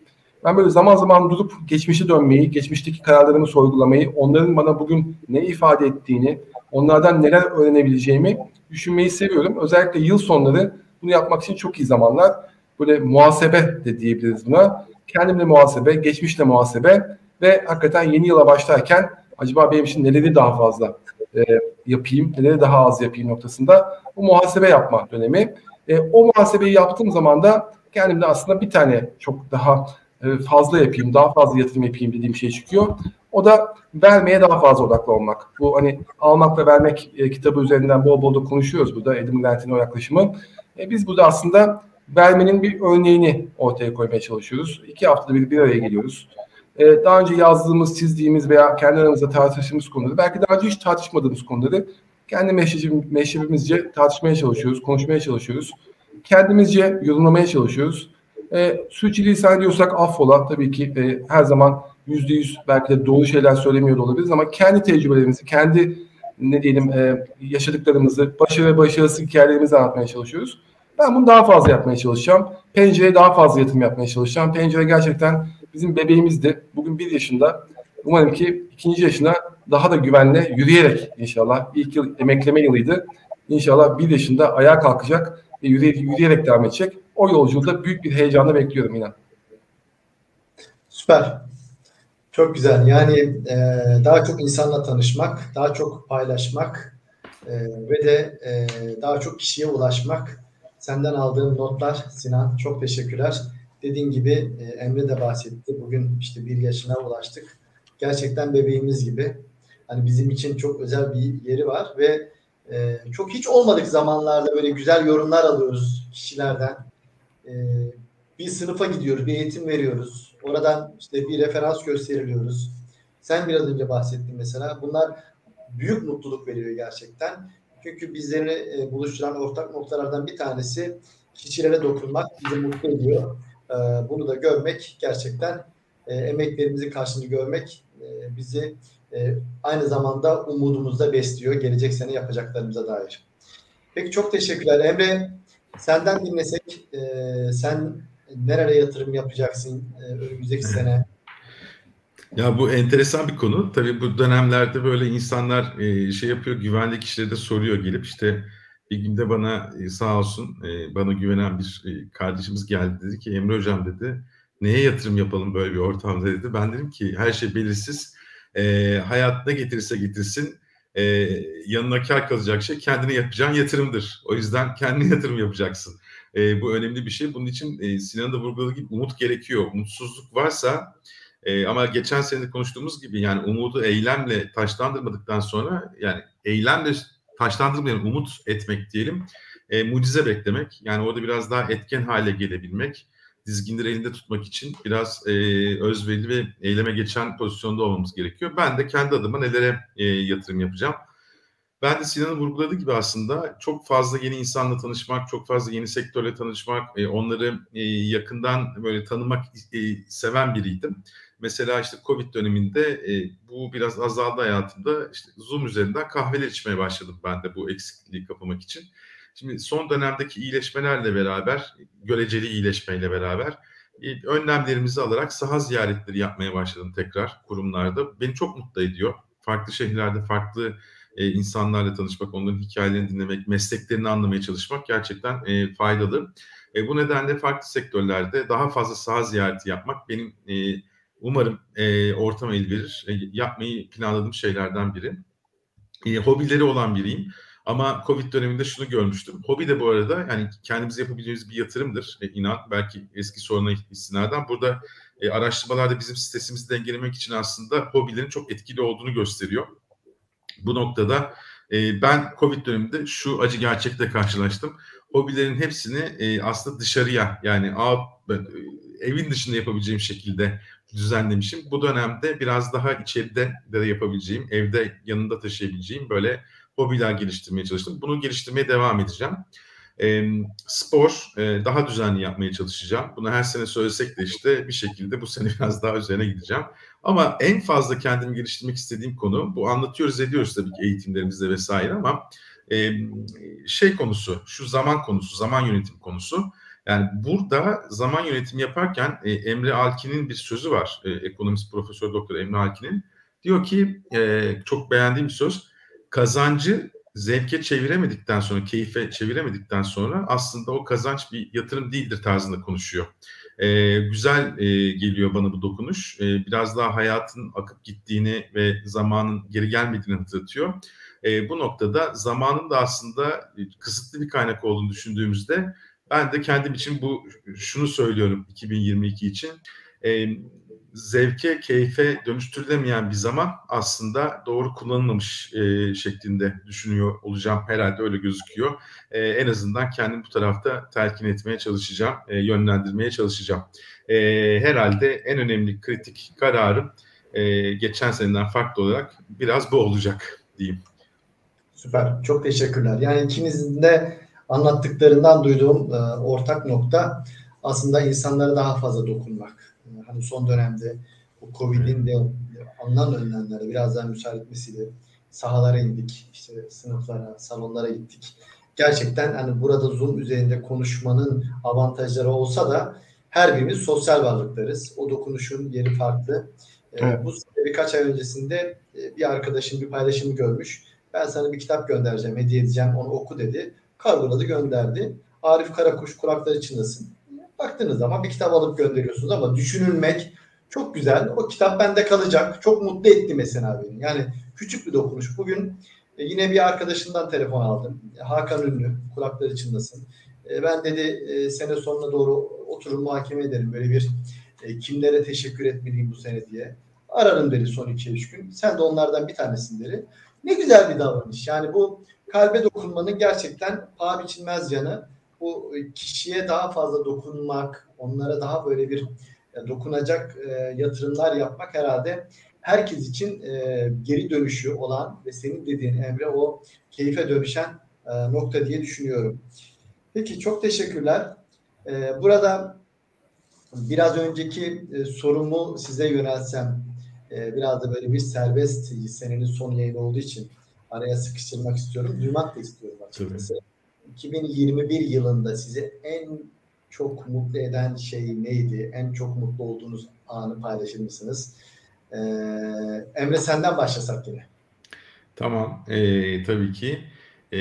Speaker 3: Ben böyle zaman zaman durup geçmişe dönmeyi, geçmişteki kararlarımı sorgulamayı, onların bana bugün ne ifade ettiğini, onlardan neler öğrenebileceğimi düşünmeyi seviyorum. Özellikle yıl sonları bunu yapmak için çok iyi zamanlar. Böyle muhasebe de diyebiliriz buna. Kendimle muhasebe, geçmişle muhasebe ve hakikaten yeni yıla başlarken acaba benim için neleri daha fazla e, yapayım, neleri daha az yapayım noktasında bu muhasebe yapma dönemi. E, o muhasebeyi yaptığım zaman da kendimde aslında bir tane çok daha e, fazla yapayım, daha fazla yatırım yapayım dediğim şey çıkıyor. O da vermeye daha fazla odaklı olmak. Bu hani almakla vermek e, kitabı üzerinden bol bol da konuşuyoruz burada. Adam Grant'in o yaklaşımı. E, biz burada aslında vermenin bir örneğini ortaya koymaya çalışıyoruz. İki haftada bir bir araya geliyoruz. Ee, daha önce yazdığımız, çizdiğimiz veya kendi aramızda tartıştığımız konuları, belki daha önce hiç tartışmadığımız konuları kendi meşrebimizce tartışmaya çalışıyoruz, konuşmaya çalışıyoruz. Kendimizce yorumlamaya çalışıyoruz. Ee, sürçülisan diyorsak affola, tabii ki e, her zaman yüzde yüz belki de doğru şeyler söylemiyor da olabiliriz ama kendi tecrübelerimizi, kendi ne diyelim e, yaşadıklarımızı, başarı ve başarısız hikayelerimizi anlatmaya çalışıyoruz. Ben bunu daha fazla yapmaya çalışacağım. Pencereye daha fazla yatırım yapmaya çalışacağım. Pencere gerçekten bizim bebeğimizdi. Bugün bir yaşında. Umarım ki ikinci yaşına daha da güvenle yürüyerek inşallah. İlk yıl emekleme yılıydı. İnşallah bir yaşında ayağa kalkacak ve yürüyerek, yürüyerek devam edecek. O yolculukta büyük bir heyecanla bekliyorum inan.
Speaker 1: Süper. Çok güzel. Yani e, daha çok insanla tanışmak, daha çok paylaşmak e, ve de e, daha çok kişiye ulaşmak. Senden aldığım notlar Sinan, çok teşekkürler. Dediğin gibi e, Emre de bahsetti. Bugün işte bir yaşına ulaştık. Gerçekten bebeğimiz gibi. Hani bizim için çok özel bir yeri var ve e, çok hiç olmadık zamanlarda böyle güzel yorumlar alıyoruz kişilerden. E, bir sınıfa gidiyoruz, bir eğitim veriyoruz. Oradan işte bir referans gösteriliyoruz. Sen biraz önce bahsettin mesela. Bunlar büyük mutluluk veriyor gerçekten. Çünkü bizleri e, buluşturan ortak noktalardan bir tanesi kişilere dokunmak bizi mutlu ediyor. E, bunu da görmek gerçekten e, emeklerimizin karşılığını görmek e, bizi e, aynı zamanda umudumuzu da besliyor gelecek sene yapacaklarımıza dair. Peki çok teşekkürler. Emre, senden dinlesek e, sen nereye yatırım yapacaksın e, önümüzdeki sene?
Speaker 2: Ya bu enteresan bir konu. Tabii bu dönemlerde böyle insanlar e, şey yapıyor, güvenli kişilere de soruyor gelip işte bir günde bana e, sağ olsun e, bana güvenen bir e, kardeşimiz geldi, dedi ki Emre hocam dedi neye yatırım yapalım böyle bir ortamda dedi. Ben dedim ki her şey belirsiz. E, hayat ne getirirse getirsin e, yanına kar kalacak şey kendine yapacağın yatırımdır. O yüzden kendine yatırım yapacaksın. E, bu önemli bir şey. Bunun için e, Sinan'ın da vurguladığı gibi umut gerekiyor. Umutsuzluk varsa Ee, ama geçen sene konuştuğumuz gibi yani umudu eylemle taşlandırmadıktan sonra yani eylemle taşlandırmayan umut etmek diyelim e, mucize beklemek. Yani orada biraz daha etken hale gelebilmek, dizginleri elinde tutmak için biraz e, özverili ve eyleme geçen pozisyonda olmamız gerekiyor. Ben de kendi adıma nelere e, yatırım yapacağım. Ben de Sinan'ın vurguladığı gibi aslında çok fazla yeni insanla tanışmak, çok fazla yeni sektörle tanışmak, e, onları e, yakından böyle tanımak e, seven biriydim. Mesela işte Covid döneminde e, bu biraz azaldı hayatımda. İşte Zoom üzerinden kahveler içmeye başladım ben de bu eksikliği kapamak için. Şimdi son dönemdeki iyileşmelerle beraber, göreceli iyileşmeyle beraber e, önlemlerimizi alarak saha ziyaretleri yapmaya başladım tekrar kurumlarda. Beni çok mutlu ediyor. Farklı şehirlerde farklı e, insanlarla tanışmak, onların hikayelerini dinlemek, mesleklerini anlamaya çalışmak gerçekten e, faydalı. E, bu nedenle farklı sektörlerde daha fazla saha ziyareti yapmak benim e, umarım e, ortam el verir. E, yapmayı planladığım şeylerden biri. E, hobileri olan biriyim. Ama Covid döneminde şunu görmüştüm. Hobi de bu arada yani kendimize yapabileceğimiz bir yatırımdır. E, inan belki eski soruna istinaden. Burada e, araştırmalarda bizim stresimizi dengelemek için aslında hobilerin çok etkili olduğunu gösteriyor. Bu noktada e, ben Covid döneminde şu acı gerçekle karşılaştım. Hobilerin hepsini e, aslında dışarıya yani out, e, evin dışında yapabileceğim şekilde düzenlemişim. Bu dönemde biraz daha içeride de yapabileceğim, evde yanında taşıyabileceğim böyle hobiler geliştirmeye çalıştım. Bunu geliştirmeye devam edeceğim. E, spor e, daha düzenli yapmaya çalışacağım. Bunu her sene söylesek de işte bir şekilde bu sene biraz daha üzerine gideceğim. Ama en fazla kendimi geliştirmek istediğim konu, bu anlatıyoruz ediyoruz tabii ki eğitimlerimizde vesaire ama e, şey konusu, şu zaman konusu, zaman yönetim konusu. Yani burada zaman yönetimi yaparken e, Emre Alkin'in bir sözü var. E, ekonomist profesör doktor Emre Alkin'in. Diyor ki e, çok beğendiğim bir söz. Kazancı zevke çeviremedikten sonra, keyfe çeviremedikten sonra aslında o kazanç bir yatırım değildir tarzında konuşuyor. E, güzel e, geliyor bana bu dokunuş. E, biraz daha hayatın akıp gittiğini ve zamanın geri gelmediğini hatırlatıyor. E, bu noktada zamanın da aslında kısıtlı bir kaynak olduğunu düşündüğümüzde ben de kendim için bu şunu söylüyorum iki bin yirmi iki için. E, zevke, keyfe dönüştürülemeyen bir zaman aslında doğru kullanılmamış e, şeklinde düşünüyor olacağım. Herhalde öyle gözüküyor. E, en azından kendim bu tarafta telkin etmeye çalışacağım, e, yönlendirmeye çalışacağım. E, herhalde en önemli kritik kararım e, geçen seneden farklı olarak biraz bu olacak diyeyim.
Speaker 1: Süper. Çok teşekkürler. Yani ikinizin de anlattıklarından duyduğum e, ortak nokta aslında insanlara daha fazla dokunmak. E, hani son dönemde bu Covid'in de alınan önlemlere biraz daha müsaade etmesiyle sahalara indik, işte sınıflara, salonlara gittik. Gerçekten hani burada Zoom üzerinde konuşmanın avantajları olsa da her birimiz sosyal varlıklarız. O dokunuşun yeri farklı. Evet. E, bu birkaç ay öncesinde e, bir arkadaşım bir paylaşımı görmüş. Ben sana bir kitap göndereceğim, hediye edeceğim, onu oku dedi. Kargoladı, gönderdi. Arif Karakuş, Kulakları Çınlasın. Baktığınız zaman bir kitap alıp gönderiyorsunuz ama düşünülmek çok güzel. O kitap bende kalacak. Çok mutlu etti mesela beni. Yani küçük bir dokunuş. Bugün e, yine bir arkadaşımdan telefon aldım. Hakan Ünlü, Kulakları Çınlasın. E, ben dedi e, sene sonuna doğru oturur muhakeme ederim. Böyle bir e, kimlere teşekkür etmeliyim bu sene diye. Ararım dedi son iki üç gün. Sen de onlardan bir tanesin dedi. Ne güzel bir davranış. Yani bu kalbe dokunmanın gerçekten paha biçilmez yanı. Bu kişiye daha fazla dokunmak, onlara daha böyle bir dokunacak e, yatırımlar yapmak herhalde herkes için e, geri dönüşü olan ve senin dediğin Emre o keyfe dönüşen e, nokta diye düşünüyorum. Peki çok teşekkürler. E, burada biraz önceki e, sorumu size yöneltsem, biraz da böyle bir serbest senenin son yayını olduğu için araya sıkıştırmak istiyorum. Duymak da istiyorum açıkçası. iki bin yirmi bir yılında sizi en çok mutlu eden şey neydi? En çok mutlu olduğunuz anı paylaşır mısınız? Ee, Emre senden başlasak yine.
Speaker 2: Tamam. Ee, tabii ki. Ee,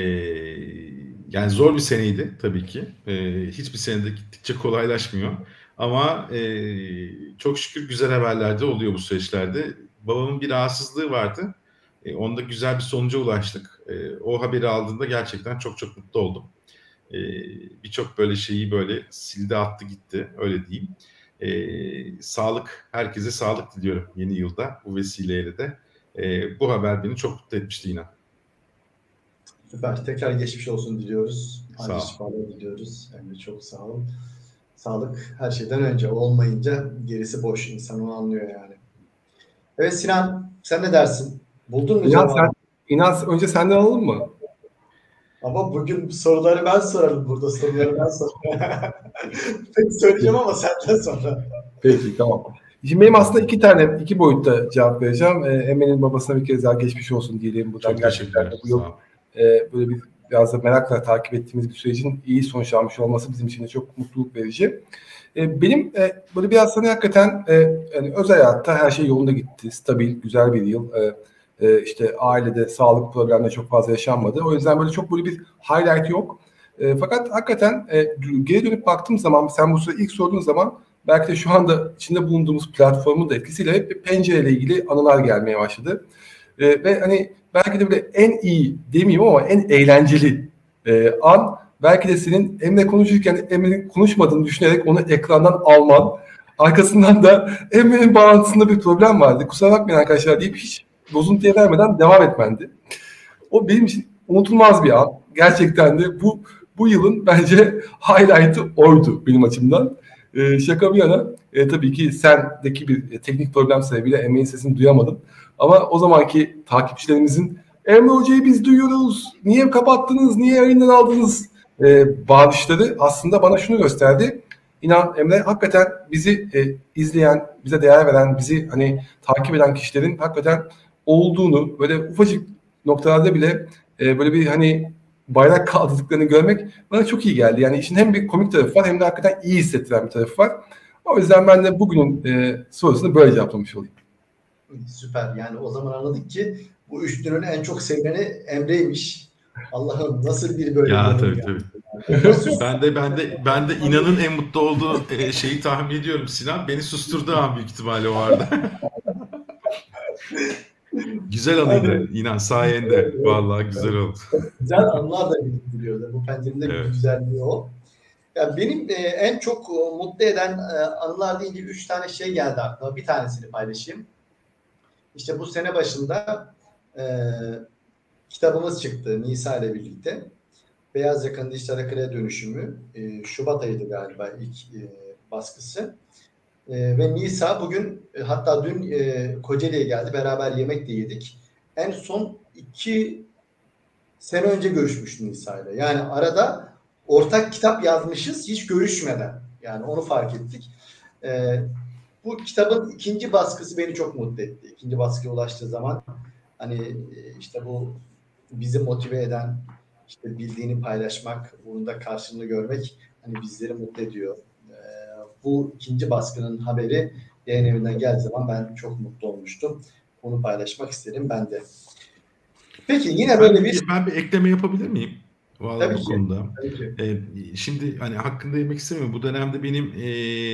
Speaker 2: yani zor bir seneydi tabii ki. Ee, hiçbir senede gittikçe kolaylaşmıyor. Ama e, çok şükür güzel haberler de oluyor bu süreçlerde. Babamın bir rahatsızlığı vardı. E, onda güzel bir sonuca ulaştık. E, o haberi aldığımda gerçekten çok çok mutlu oldum. E, Birçok böyle şeyi böyle sildi attı gitti, öyle diyeyim. E, sağlık, herkese sağlık diliyorum yeni yılda bu vesileyle de. E, bu haber beni çok mutlu etmişti yine.
Speaker 1: Süper. Tekrar geçmiş olsun diliyoruz.
Speaker 2: Sağ ol.
Speaker 1: Şifalar diliyoruz. Emre çok sağ olun. Sağlık her şeyden önce, olmayınca gerisi boş. İnsan onu anlıyor yani. Evet Sinan, sen ne dersin? Buldun mu
Speaker 3: İnan,
Speaker 1: cevabı?
Speaker 3: sen, İnan önce senden alalım mı?
Speaker 1: Ama bugün soruları ben sorarım burada. Soruları ben sorarım. Peki söyleyeceğim ama senden sonra.
Speaker 3: Peki tamam. Şimdi benim aslında iki tane, iki boyutta cevap vereceğim. Ee, Emre'nin babasına bir kez daha geçmiş olsun diyelim. Buradan
Speaker 2: çok teşekkür ederim.
Speaker 3: Bu yıl e, böyle bir biraz da merakla takip ettiğimiz bir sürecin iyi sonuç almış olması bizim için de çok mutluluk verici. E, benim e, böyle biraz hani hakikaten e, yani özel hayatta her şey yolunda gitti. Stabil, güzel bir yıl. E, e, işte ailede sağlık problemleri çok fazla yaşanmadı. O yüzden böyle çok böyle bir highlight yok. E, fakat hakikaten e, geri dönüp baktığım zaman, sen bu soruyu ilk sorduğun zaman belki de şu anda içinde bulunduğumuz platformun da etkisiyle hep bir pencereyle ilgili anılar gelmeye başladı. E, ve hani belki de böyle en iyi demeyeyim ama en eğlenceli e, an belki de senin Emre konuşurken Emre'nin konuşmadığını düşünerek onu ekrandan alman. Arkasından da Emre'nin bağlantısında bir problem vardı. Kusura bakmayın arkadaşlar deyip hiç bozuntuya vermeden devam etmendi. O benim için unutulmaz bir an. Gerçekten de bu bu yılın bence highlight'ı oydu benim açımdan. Ee, şaka bir yana e, tabii ki sendeki bir e, teknik problem sebebiyle Emre'nin sesini duyamadım. Ama o zamanki takipçilerimizin Emre Hoca'yı biz duyuyoruz, niye kapattınız, niye yayından aldınız e, bağırışları aslında bana şunu gösterdi. İnan Emre, hakikaten bizi e, izleyen, bize değer veren, bizi hani takip eden kişilerin hakikaten olduğunu, böyle ufacık noktalarda bile e, böyle bir hani bayrak kaldırdıklarını görmek bana çok iyi geldi. Yani işin hem bir komik tarafı var hem de hakikaten iyi hissettiren bir tarafı var. O yüzden ben de bugünün e, sorusunu böyle cevaplamış olayım.
Speaker 1: Süper. Yani o zaman anladık ki bu üçlünün en çok seveni Emre'ymiş. Allah'ım nasıl bir böyle
Speaker 2: ya
Speaker 1: yorum
Speaker 2: tabii
Speaker 1: yani.
Speaker 2: tabii.
Speaker 1: Nasıl-
Speaker 2: ben de ben de ben de İnan'ın en mutlu olduğu e, şeyi tahmin ediyorum Sinan. Beni susturduğu an büyük ihtimalle o arada. Güzel anıydı İnan sayende. Vallahi güzel oldu.
Speaker 1: Güzel anılar da biriktiriyorlar. Bu pencerenin de bir
Speaker 2: Evet.
Speaker 1: güzelliği o. Ya benim e, en çok e, mutlu eden e, anılar deyince üç tane şey geldi aklıma. Bir tanesini paylaşayım. İşte bu sene başında e, kitabımız çıktı Nisa ile birlikte. Beyaz Yaka'nın Dijital Kredi Dönüşümü. E, Şubat ayıydı galiba ilk e, baskısı. E, ve Nisa bugün e, hatta dün e, Kocaeli'ye geldi. Beraber yemek de yedik. En son iki sene önce görüşmüştüm Nisa ile. Yani arada ortak kitap yazmışız hiç görüşmeden. Yani onu fark ettik. E, bu kitabın ikinci baskısı beni çok mutlu etti. İkinci baskıya ulaştığı zaman hani e, işte bu bizi motive eden işte bildiğini paylaşmak, bunun da karşılığını görmek hani bizleri mutlu ediyor. Ee, bu ikinci baskının haberi yayın evinden geldiği zaman ben çok mutlu olmuştum. Bunu paylaşmak isterim ben de. Peki yine böyle
Speaker 2: Ben
Speaker 1: bir...
Speaker 2: bir, ben bir ekleme yapabilir miyim? Vallahi
Speaker 1: Tabii
Speaker 2: bu
Speaker 1: ki.
Speaker 2: konuda.
Speaker 1: Tabii ki.
Speaker 2: Ee, şimdi hani hakkında yemek istemiyorum. Bu dönemde benim e,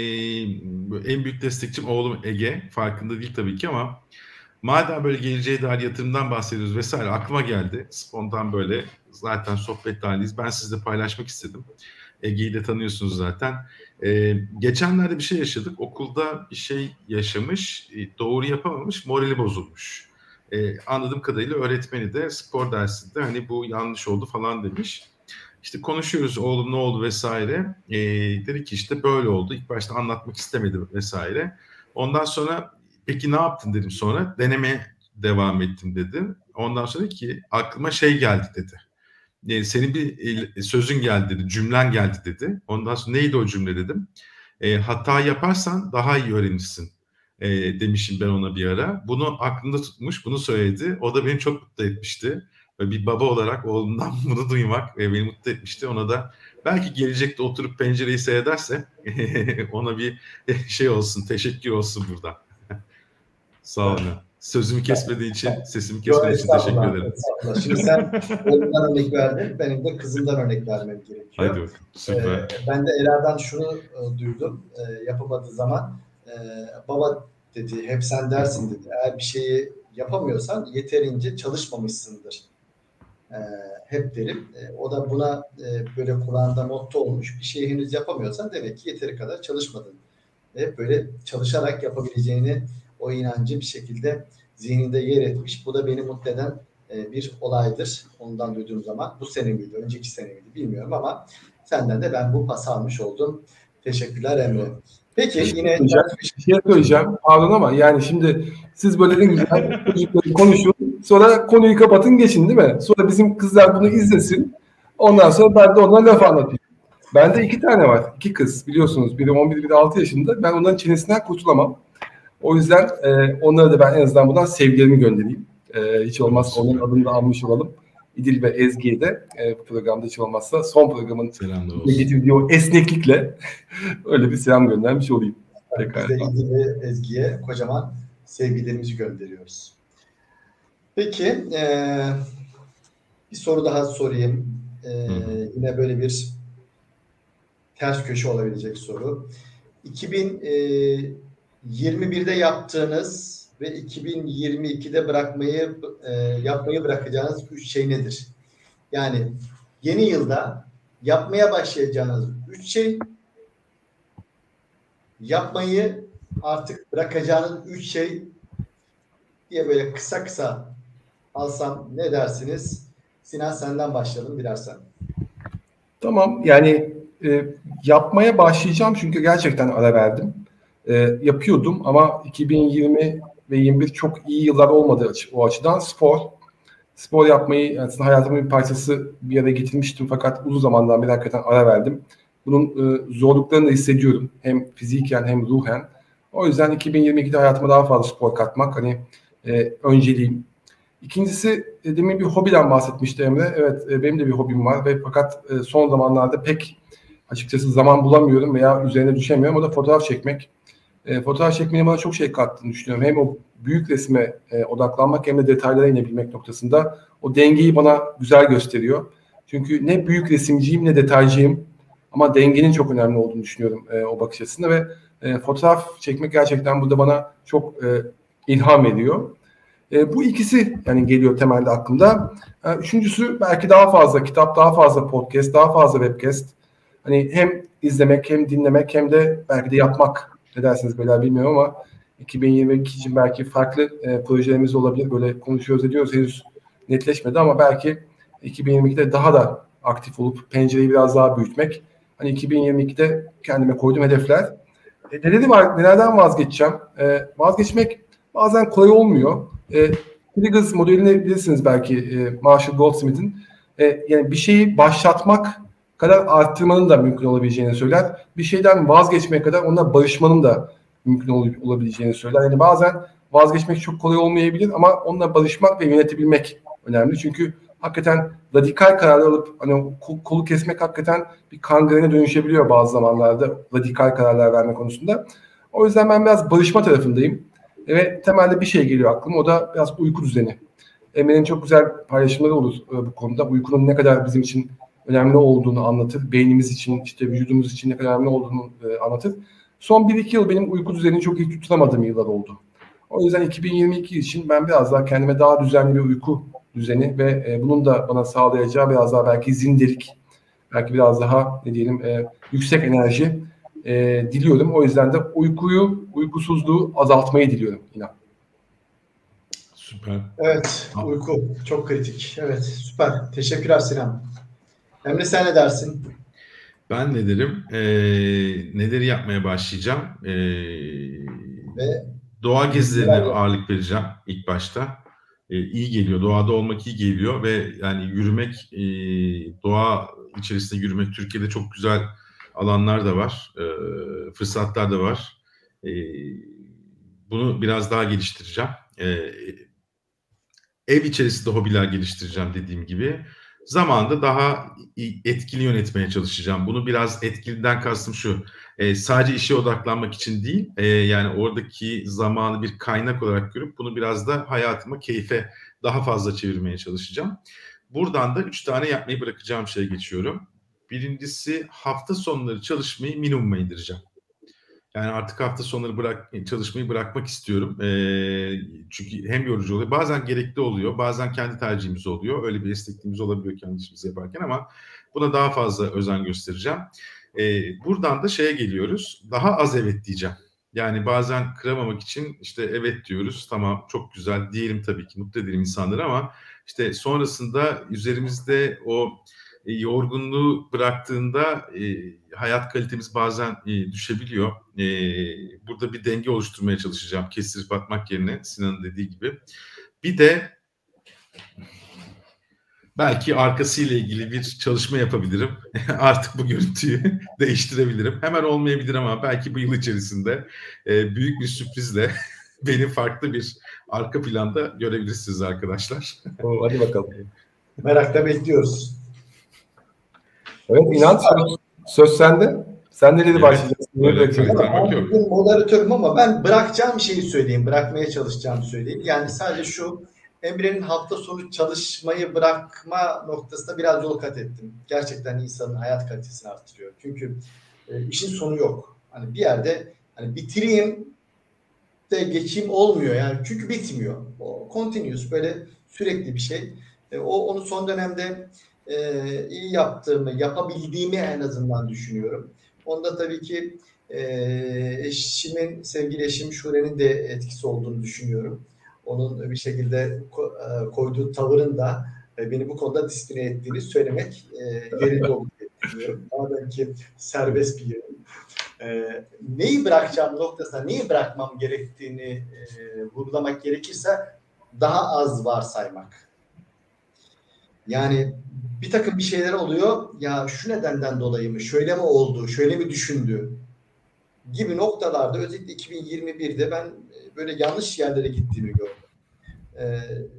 Speaker 2: en büyük destekçim oğlum Ege. Farkında değil tabii ki ama madem böyle geleceğe dair yatırımdan bahsediyoruz vesaire aklıma geldi. Spontan böyle zaten sohbet halindeyiz. Ben sizle paylaşmak istedim. Ege'yi de tanıyorsunuz zaten. Ee, geçenlerde bir şey yaşadık. Okulda bir şey yaşamış, doğru yapamamış, morali bozulmuş. Ee, anladığım kadarıyla öğretmeni de spor dersinde hani bu yanlış oldu falan demiş. İşte konuşuyoruz oğlum ne oldu vesaire. Ee, dedi ki işte böyle oldu. İlk başta anlatmak istemedi vesaire. Ondan sonra peki ne yaptın dedim sonra. Denemeye devam ettim dedim. Ondan sonra dedi ki aklıma şey geldi dedi. E, senin bir e, sözün geldi dedi, cümlen geldi dedi. Ondan sonra neydi o cümle dedim. E, hata yaparsan daha iyi öğrenirsin e, demişim ben ona bir ara. Bunu aklında tutmuş, bunu söyledi. O da beni çok mutlu etmişti. Ve bir baba olarak oğlumdan bunu duymak e, beni mutlu etmişti. Ona da belki gelecekte oturup pencereyi seyrederse ona bir şey olsun, teşekkür olsun buradan. Sağ olun. Sözümü kesmediği için, sesimi kesmediği için teşekkür ederim.
Speaker 1: Estağfurullah. Şimdi sen oğlumdan örnek verdin, benim de kızımdan örnek vermem gerekiyor.
Speaker 2: Haydi bakalım, süper.
Speaker 1: Ee, ben de Ela'dan şunu e, duydum, e, yapamadığı zaman e, baba dedi, hep sen dersin dedi, eğer bir şeyi yapamıyorsan yeterince çalışmamışsındır. E, hep derim. E, o da buna e, böyle Kur'an'da motto olmuş, bir şeyi henüz yapamıyorsan demek ki yeteri kadar çalışmadın. Hep böyle çalışarak yapabileceğini o inancı bir şekilde zihninde yer etmiş. Bu da beni mutlu eden e, bir olaydır. Ondan duyduğum zaman. Bu sene miydi, önceki sene miydi bilmiyorum ama senden de ben bu pası almış oldum. Teşekkürler Emre. Peki yine...
Speaker 3: Bir şey söyleyeceğim. Pardon ama yani şimdi siz böyle de güzel çocukları konuşun. Sonra konuyu kapatın geçin değil mi? Sonra bizim kızlar bunu izlesin. Ondan sonra ben de ona laf anlatayım. Bende iki tane var. İki kız biliyorsunuz. Biri on bir, biri altı yaşında. Ben onların çenesinden kurtulamam. O yüzden e, onlara da ben en azından buradan sevgilerimi göndereyim. E, hiç olmazsa onların adını da almış olalım. İdil ve Ezgi'ye de e, programda hiç olmazsa son programın getirdiği o esneklikle öyle bir selam göndermiş olayım.
Speaker 1: Biz de İdil ve Ezgi'ye kocaman sevgilerimizi gönderiyoruz. Peki e, bir soru daha sorayım. E, yine böyle bir ters köşe olabilecek soru. iki bin yirmi birde yaptığınız ve iki bin yirmi ikide bırakmayı e, yapmayı bırakacağınız üç şey nedir? Yani yeni yılda yapmaya başlayacağınız üç şey, yapmayı artık bırakacağınız üç şey diye böyle kısa kısa alsam ne dersiniz? Sinan senden başlayalım dilersen.
Speaker 3: Tamam yani e, yapmaya başlayacağım çünkü gerçekten ara verdim. E, yapıyordum ama iki bin yirmi ve yirmi bir çok iyi yıllar olmadı o açıdan. Spor. Spor yapmayı aslında hayatımın bir parçası bir yere getirmiştim fakat uzun zamandan beri hakikaten ara verdim. Bunun e, zorluklarını da hissediyorum. Hem fiziken hem ruhen. O yüzden iki bin yirmi ikide hayatıma daha fazla spor katmak hani e, önceliğim. İkincisi e, demin bir hobiden bahsetmişti Emre. Evet e, benim de bir hobim var ve fakat e, son zamanlarda pek açıkçası zaman bulamıyorum veya üzerine düşemiyorum. O da fotoğraf çekmek. E, fotoğraf çekmenin bana çok şey kattığını düşünüyorum. Hem o büyük resme e, odaklanmak hem de detaylara inebilmek noktasında o dengeyi bana güzel gösteriyor. Çünkü ne büyük resimciyim ne detaycıyım ama dengenin çok önemli olduğunu düşünüyorum e, o bakış açısında ve e, fotoğraf çekmek gerçekten burada bana çok e, ilham ediyor. E, bu ikisi yani geliyor temelde aklımda. E, üçüncüsü belki daha fazla kitap, daha fazla podcast, daha fazla webcast. Hani hem izlemek hem dinlemek hem de belki de yapmak. Ne dersiniz böyle bilmiyorum ama iki bin yirmi iki için belki farklı e, projelerimiz olabilir. Böyle konuşuyoruz ediyoruz henüz netleşmedi ama belki iki bin yirmi ikide daha da aktif olup pencereyi biraz daha büyütmek. Hani iki bin yirmi ikide kendime koyduğum hedefler. E, neleri var, nelerden vazgeçeceğim? E, vazgeçmek bazen kolay olmuyor. E, Triggers modelini bilirsiniz belki e, Marshall Goldsmith'in. E, yani bir şeyi başlatmak kadar arttırmanın da mümkün olabileceğini söyler. Bir şeyden vazgeçmeye kadar onunla barışmanın da mümkün ol- olabileceğini söyler. Yani bazen vazgeçmek çok kolay olmayabilir ama onunla barışmak ve yönetebilmek önemli. Çünkü hakikaten radikal karar alıp hani kol, kolu kesmek hakikaten bir kangrene dönüşebiliyor bazı zamanlarda radikal kararlar verme konusunda. O yüzden ben biraz barışma tarafındayım. Ve temelde bir şey geliyor aklıma. O da biraz uyku düzeni. Emre'nin çok güzel paylaşımları olur e, bu konuda. Uykunun ne kadar bizim için önemli olduğunu anlatır. Beynimiz için, işte vücudumuz için ne kadar önemli olduğunu e, anlatır. Son bir iki yıl benim uyku düzenini çok iyi tutamadığım yıllar oldu. O yüzden iki bin yirmi iki için ben biraz daha kendime daha düzenli bir uyku düzeni ve e, bunun da bana sağlayacağı biraz daha belki zindelik, belki biraz daha ne diyelim e, yüksek enerji e, diliyorum. O yüzden de uykuyu, uykusuzluğu azaltmayı diliyorum inan.
Speaker 2: Süper.
Speaker 1: Evet, uyku çok kritik. Evet, süper. Teşekkürler Sinan. Emre sen ne dersin?
Speaker 2: Ben ne derim? Ee, neleri yapmaya başlayacağım? Ee,
Speaker 1: Ve
Speaker 2: doğa gezilerine
Speaker 1: neler yap-
Speaker 2: ağırlık vereceğim ilk başta. Ee, iyi geliyor. Doğada olmak iyi geliyor ve yani yürümek, e, doğa içerisinde yürümek, Türkiye'de çok güzel alanlar da var, e, fırsatlar da var. E, bunu biraz daha geliştireceğim. E, ev içerisinde hobiler geliştireceğim dediğim gibi. Zamanında daha etkili yönetmeye çalışacağım. Bunu biraz etkiliden kastım şu. E, sadece işe odaklanmak için değil, e, yani oradaki zamanı bir kaynak olarak görüp bunu biraz da hayatıma, keyfe daha fazla çevirmeye çalışacağım. Buradan da üç tane yapmayı bırakacağım şeye geçiyorum. Birincisi hafta sonları çalışmayı minimuma indireceğim. Yani artık hafta sonları bırak, çalışmayı bırakmak istiyorum. Ee, çünkü hem yorucu oluyor, bazen gerekli oluyor, bazen kendi tercihimiz oluyor. Öyle bir esnekliğimiz olabiliyor kendi işimizi yaparken ama buna daha fazla özen göstereceğim. Ee, buradan da şeye geliyoruz, daha az evet diyeceğim. Yani bazen kıramamak için işte evet diyoruz, tamam çok güzel diyelim tabii ki, mutlu edelim insanları ama işte sonrasında üzerimizde o e, yorgunluğu bıraktığında e, hayat kalitemiz bazen e, düşebiliyor. E, burada bir denge oluşturmaya çalışacağım. Kestirip atmak yerine Sinan'ın dediği gibi. Bir de belki arkasıyla ilgili bir çalışma yapabilirim. Artık bu görüntüyü değiştirebilirim. Hemen olmayabilir ama belki bu yıl içerisinde e, büyük bir sürprizle beni farklı bir arka planda görebilirsiniz arkadaşlar.
Speaker 3: O, hadi bakalım.
Speaker 1: Merakla bekliyoruz.
Speaker 3: Evet İnan söz, söz sende. Sen neleri
Speaker 2: Evet,
Speaker 3: başlayacaksın?
Speaker 2: öyle
Speaker 3: Neleri
Speaker 2: tabii.
Speaker 1: Ama ben
Speaker 2: Bakıyorum.
Speaker 1: bugün moderatörüm ama ben bırakacağım şeyi söyleyeyim. Bırakmaya çalışacağım söyleyeyim. Yani sadece şu Emre'nin hafta sonu çalışmayı bırakma noktasında biraz yol kat ettim. Gerçekten insanın hayat kalitesini arttırıyor. Çünkü e, işin sonu yok. Hani bir yerde hani bitireyim de geçeyim olmuyor yani. Çünkü bitmiyor. O continuous böyle sürekli bir şey. E, o onu son dönemde e, iyi yaptığımı, yapabildiğimi en azından düşünüyorum. Onda tabii ki e, eşimin, sevgili eşim Şule'nin de etkisi olduğunu düşünüyorum. Onun bir şekilde ko- e, koyduğu tavırın da e, beni bu konuda disipline ettiğini söylemek e, yerinde olduğunu düşünüyorum. Madem ki serbest bir yerim. E, neyi bırakacağım noktasında neyi bırakmam gerektiğini e, vurgulamak gerekirse daha az varsaymak. Yani bir takım bir şeyler oluyor. Ya şu nedenden dolayı mı? Şöyle mi oldu? Şöyle mi düşündü? Gibi noktalarda özellikle iki bin yirmi birde ben böyle yanlış yerlere gittiğimi gördüm. Ee,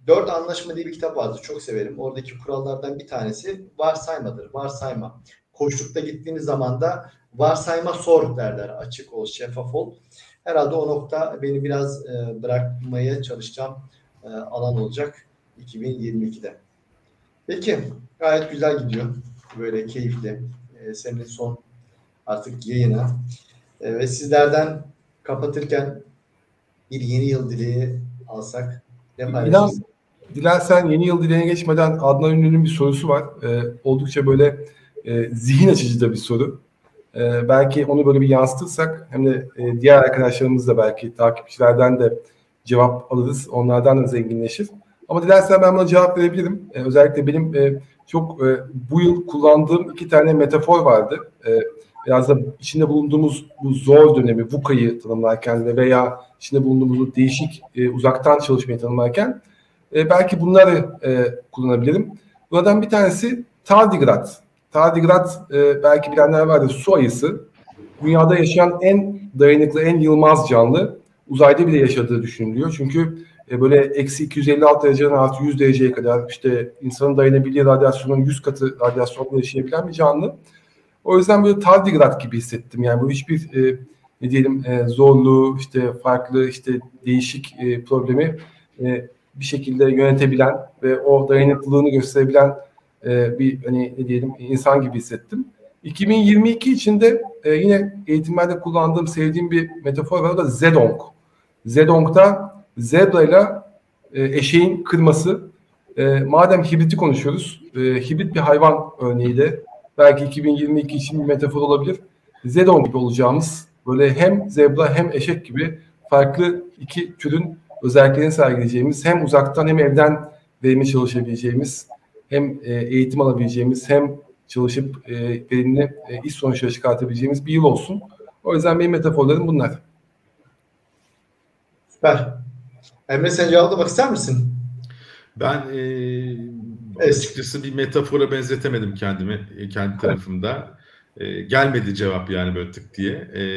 Speaker 1: Dört Anlaşma diye bir kitap vardı. Çok severim. Oradaki kurallardan bir tanesi varsaymadır. Varsayma. Koçlukta gittiğiniz zaman da varsayma sor derler. Açık ol, şeffaf ol. Herhalde o nokta beni biraz e, bırakmaya çalışacağım e, alan olacak iki bin yirmi ikide. Peki. Gayet güzel gidiyor. Böyle keyifli. E, senin son artık yayına. E, ve sizlerden kapatırken bir yeni yıl dileği alsak ne paylaşırsın?
Speaker 3: Dilersen yeni yıl dileğine geçmeden Adnan Ünlü'nün bir sorusu var. Ee, oldukça böyle e, zihin açıcı da bir soru. Ee, belki onu böyle bir yansıtırsak hem de e, diğer arkadaşlarımız da belki takipçilerden de cevap alırız. Onlardan da zenginleşir. Ama dilersen ben buna cevap verebilirim. Ee, özellikle benim e, çok e, bu yıl kullandığım iki tane metafor vardı. E, biraz da içinde bulunduğumuz bu zor dönemi, VUCA'yı tanımlarken veya içinde bulunduğumuz bu değişik e, uzaktan çalışmayı tanımlarken E, belki bunları e, kullanabilirim. Bunlardan bir tanesi tardigrat. Tardigrat e, belki bilenler vardır, su ayısı. Dünyada yaşayan en dayanıklı, en yılmaz canlı, uzayda bile yaşadığı düşünülüyor. Çünkü e, böyle eksi iki yüz elli altı dereceden artı yüz dereceye kadar işte insanın dayanabildiği radyasyonun yüz katı radyasyonda yaşayabilen bir canlı. O yüzden böyle tardigrat gibi hissettim. Yani bu hiçbir e, ne diyelim e, zorluğu, işte farklı, işte değişik e, problemi e, bir şekilde yönetebilen ve o dayanıklılığını gösterebilen e, bir hani ne diyelim insan gibi hissettim. iki bin yirmi iki içinde e, yine eğitimlerde kullandığım, sevdiğim bir metafor var, o da Zedong. Zedong'da zebra ile e, eşeğin kırması. E, madem hibriti konuşuyoruz, e, hibrit bir hayvan örneği de belki iki bin yirmi iki için bir metafor olabilir. Zedong gibi olacağımız, böyle hem zebra hem eşek gibi farklı iki türün özelliklerini sergileyeceğimiz, hem uzaktan hem evden verimli çalışabileceğimiz, hem e, eğitim alabileceğimiz, hem çalışıp e, verimli e, iş sonuçları çıkartabileceğimiz bir yıl olsun. O yüzden benim metaforlarım bunlar.
Speaker 1: Süper. Emre, sen cevaplamak ister misin?
Speaker 2: Ben e,
Speaker 1: Evet.
Speaker 2: açıkçası bir metafora benzetemedim kendimi, e, kendi tarafımda. E, gelmedi cevap yani böyle tık diye.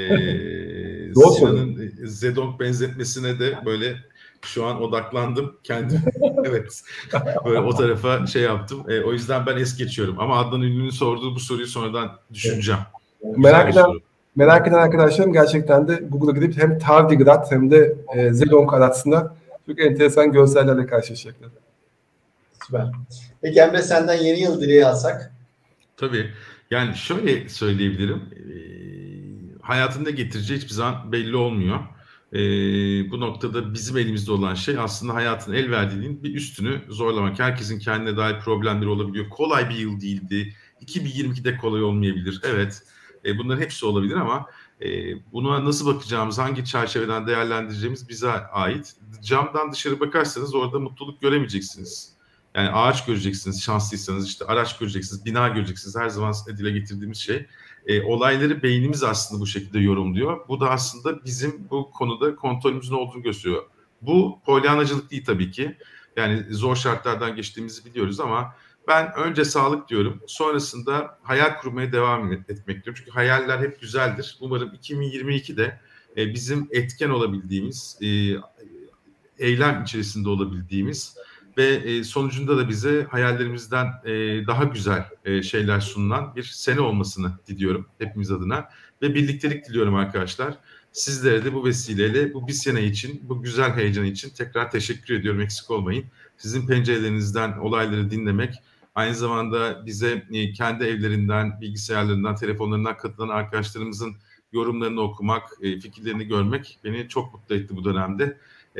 Speaker 2: E, Sinan'ın Zedong benzetmesine de böyle şu an odaklandım kendim. Evet. Böyle o tarafa şey yaptım. E, o yüzden ben es geçiyorum. Ama Adnan Ünlü'nün sorduğu bu soruyu sonradan düşüneceğim.
Speaker 3: Evet. Merak eden, merak eden arkadaşlarım gerçekten de Google'a gidip hem tardigrat hem de e, Zedong arasında çok enteresan görsellerle karşılaşacaklar.
Speaker 1: Süper. Peki Emre, senden yeni yıl dileği alsak?
Speaker 2: Tabii. Yani şöyle söyleyebilirim. E, hayatında getireceği hiçbir zaman belli olmuyor. E, bu noktada bizim elimizde olan şey aslında hayatın el verdiğinin bir üstünü zorlamak. Herkesin kendine dair problemleri olabiliyor. Kolay bir yıl değildi. iki bin yirmi ikide kolay olmayabilir. Evet. E, bunların hepsi olabilir ama e, buna nasıl bakacağımız, hangi çerçeveden değerlendireceğimiz bize ait. Camdan dışarı bakarsanız orada mutluluk göremeyeceksiniz. Yani ağaç göreceksiniz şanslıysanız, işte araç göreceksiniz, bina göreceksiniz. Her zaman dile getirdiğimiz şey. E, olayları beynimiz aslında bu şekilde yorumluyor. Bu da aslında bizim bu konuda kontrolümüzün olduğunu gösteriyor. Bu polyanacılık değil tabii ki. Yani zor şartlardan geçtiğimizi biliyoruz ama ben önce sağlık diyorum. Sonrasında hayal kurmaya devam etmek diyorum. Çünkü hayaller hep güzeldir. Umarım iki bin yirmi ikide e, bizim etken olabildiğimiz, e, eylem içerisinde olabildiğimiz ve e, sonucunda da bize hayallerimizden e, daha güzel e, şeyler sunulan bir sene olmasını diliyorum hepimiz adına ve birliktelik diliyorum arkadaşlar. Sizlere de bu vesileyle bu bir sene için, bu güzel heyecan için tekrar teşekkür ediyorum, eksik olmayın. Sizin pencerelerinizden olayları dinlemek, aynı zamanda bize e, kendi evlerinden, bilgisayarlarından, telefonlarından katılan arkadaşlarımızın yorumlarını okumak, e, fikirlerini görmek beni çok mutlu etti bu dönemde.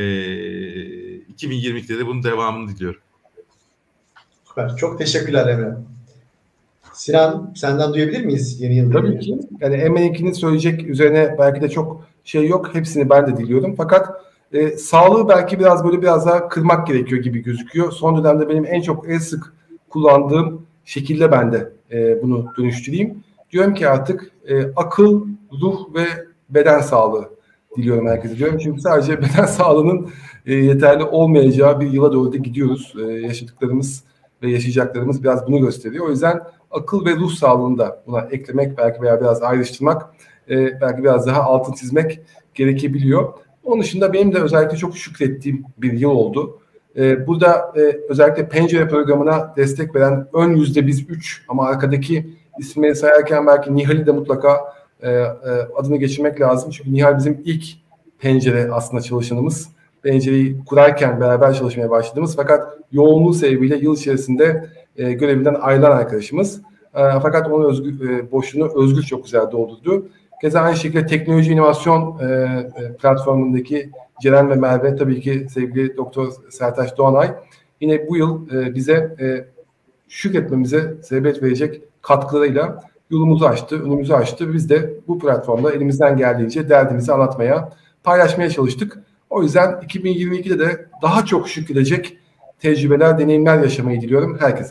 Speaker 2: iki bin yirmi ikide de bunun devamını diliyorum.
Speaker 1: Süper. Çok teşekkürler Emre. Sinan, senden duyabilir miyiz yeni yıl?
Speaker 3: Tabii ki. Yani Emre'ninkini söyleyecek üzerine belki de çok şey yok. Hepsini ben de diliyorum. Fakat e, sağlığı belki biraz böyle biraz daha kırmak gerekiyor gibi gözüküyor. Son dönemde benim en çok en sık kullandığım şekilde ben de e, bunu dönüştüreyim. Diyorum ki artık e, akıl, ruh ve beden sağlığı diliyorum herkese diyorum. Çünkü sadece beden sağlığının e, yeterli olmayacağı bir yıla doğru da gidiyoruz. E, yaşadıklarımız ve yaşayacaklarımız biraz bunu gösteriyor. O yüzden akıl ve ruh sağlığını da buna eklemek belki veya biraz ayrıştırmak, e, belki biraz daha altın çizmek gerekebiliyor. Onun dışında benim de özellikle çok şükrettiğim bir yıl oldu. E, burada e, özellikle Pencere programına destek veren ön yüzde biz üç ama arkadaki isimleri sayarken belki Nihal'i de mutlaka e, e, adını geçirmek lazım. Çünkü Nihal bizim ilk Pencere aslında çalışanımız. Pencereyi kurarken beraber çalışmaya başladığımız fakat yoğunluğu sebebiyle yıl içerisinde e, görevinden ayrılan arkadaşımız. E, fakat onun özgür, e, boşluğunu Özgür çok güzel doldurdu. Keza aynı şekilde teknoloji inovasyon e, e, platformundaki Ceren ve Merve, tabii ki sevgili Doktor Sertaç Doğanay yine bu yıl e, bize e, şükretmemize sebebiyet verecek katkılarıyla yolumuzu açtı, önümüzü açtı. Biz de bu platformda elimizden geldiğince derdimizi anlatmaya, paylaşmaya çalıştık. O yüzden iki bin yirmi ikide de daha çok şükredecek tecrübeler, deneyimler yaşamayı diliyorum herkese.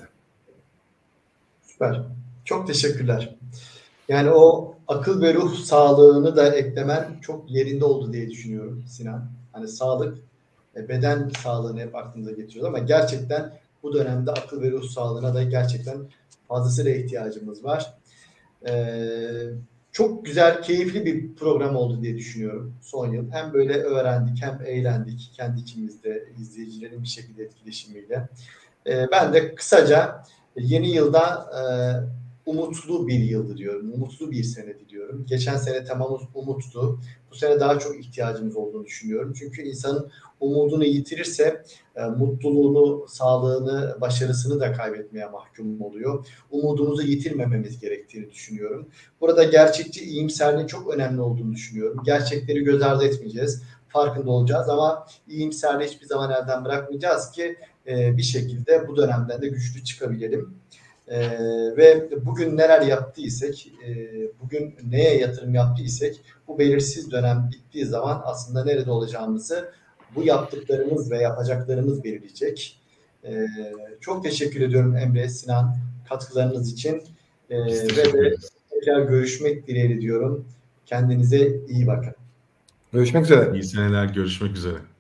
Speaker 1: Süper. Çok teşekkürler. Yani o akıl ve ruh sağlığını da eklemen çok yerinde oldu diye düşünüyorum Sinan. Hani sağlık, beden sağlığını hep aklımıza getiriyoruz ama gerçekten bu dönemde akıl ve ruh sağlığına da gerçekten fazlasıyla ihtiyacımız var. Ee, çok güzel, keyifli bir program oldu diye düşünüyorum son yıl. Hem böyle öğrendik hem eğlendik kendi içimizde, izleyicilerin bir şekilde etkileşimiyle. Ee, ben de kısaca yeni yılda e, umutlu bir yıldı diyorum. Umutlu bir sene diliyorum. Geçen sene temamız umuttu. Bu sene daha çok ihtiyacımız olduğunu düşünüyorum. Çünkü insanın umudunu yitirirse e, mutluluğunu, sağlığını, başarısını da kaybetmeye mahkum oluyor. Umudumuzu yitirmememiz gerektiğini düşünüyorum. Burada gerçekçi iyimserliğin çok önemli olduğunu düşünüyorum. Gerçekleri göz ardı etmeyeceğiz. Farkında olacağız ama iyimserliği hiçbir zaman elden bırakmayacağız ki e, bir şekilde bu dönemden de güçlü çıkabilelim. Ee, ve bugün neler yaptıysak, e, bugün neye yatırım yaptıysak bu belirsiz dönem bittiği zaman aslında nerede olacağımızı bu yaptıklarımız ve yapacaklarımız belirleyecek. Ee, çok teşekkür ediyorum Emre, Sinan katkılarınız için ee, ve de tekrar görüşmek dileğiyle diyorum. Kendinize iyi bakın.
Speaker 3: Görüşmek üzere.
Speaker 2: İyi seneler, görüşmek üzere.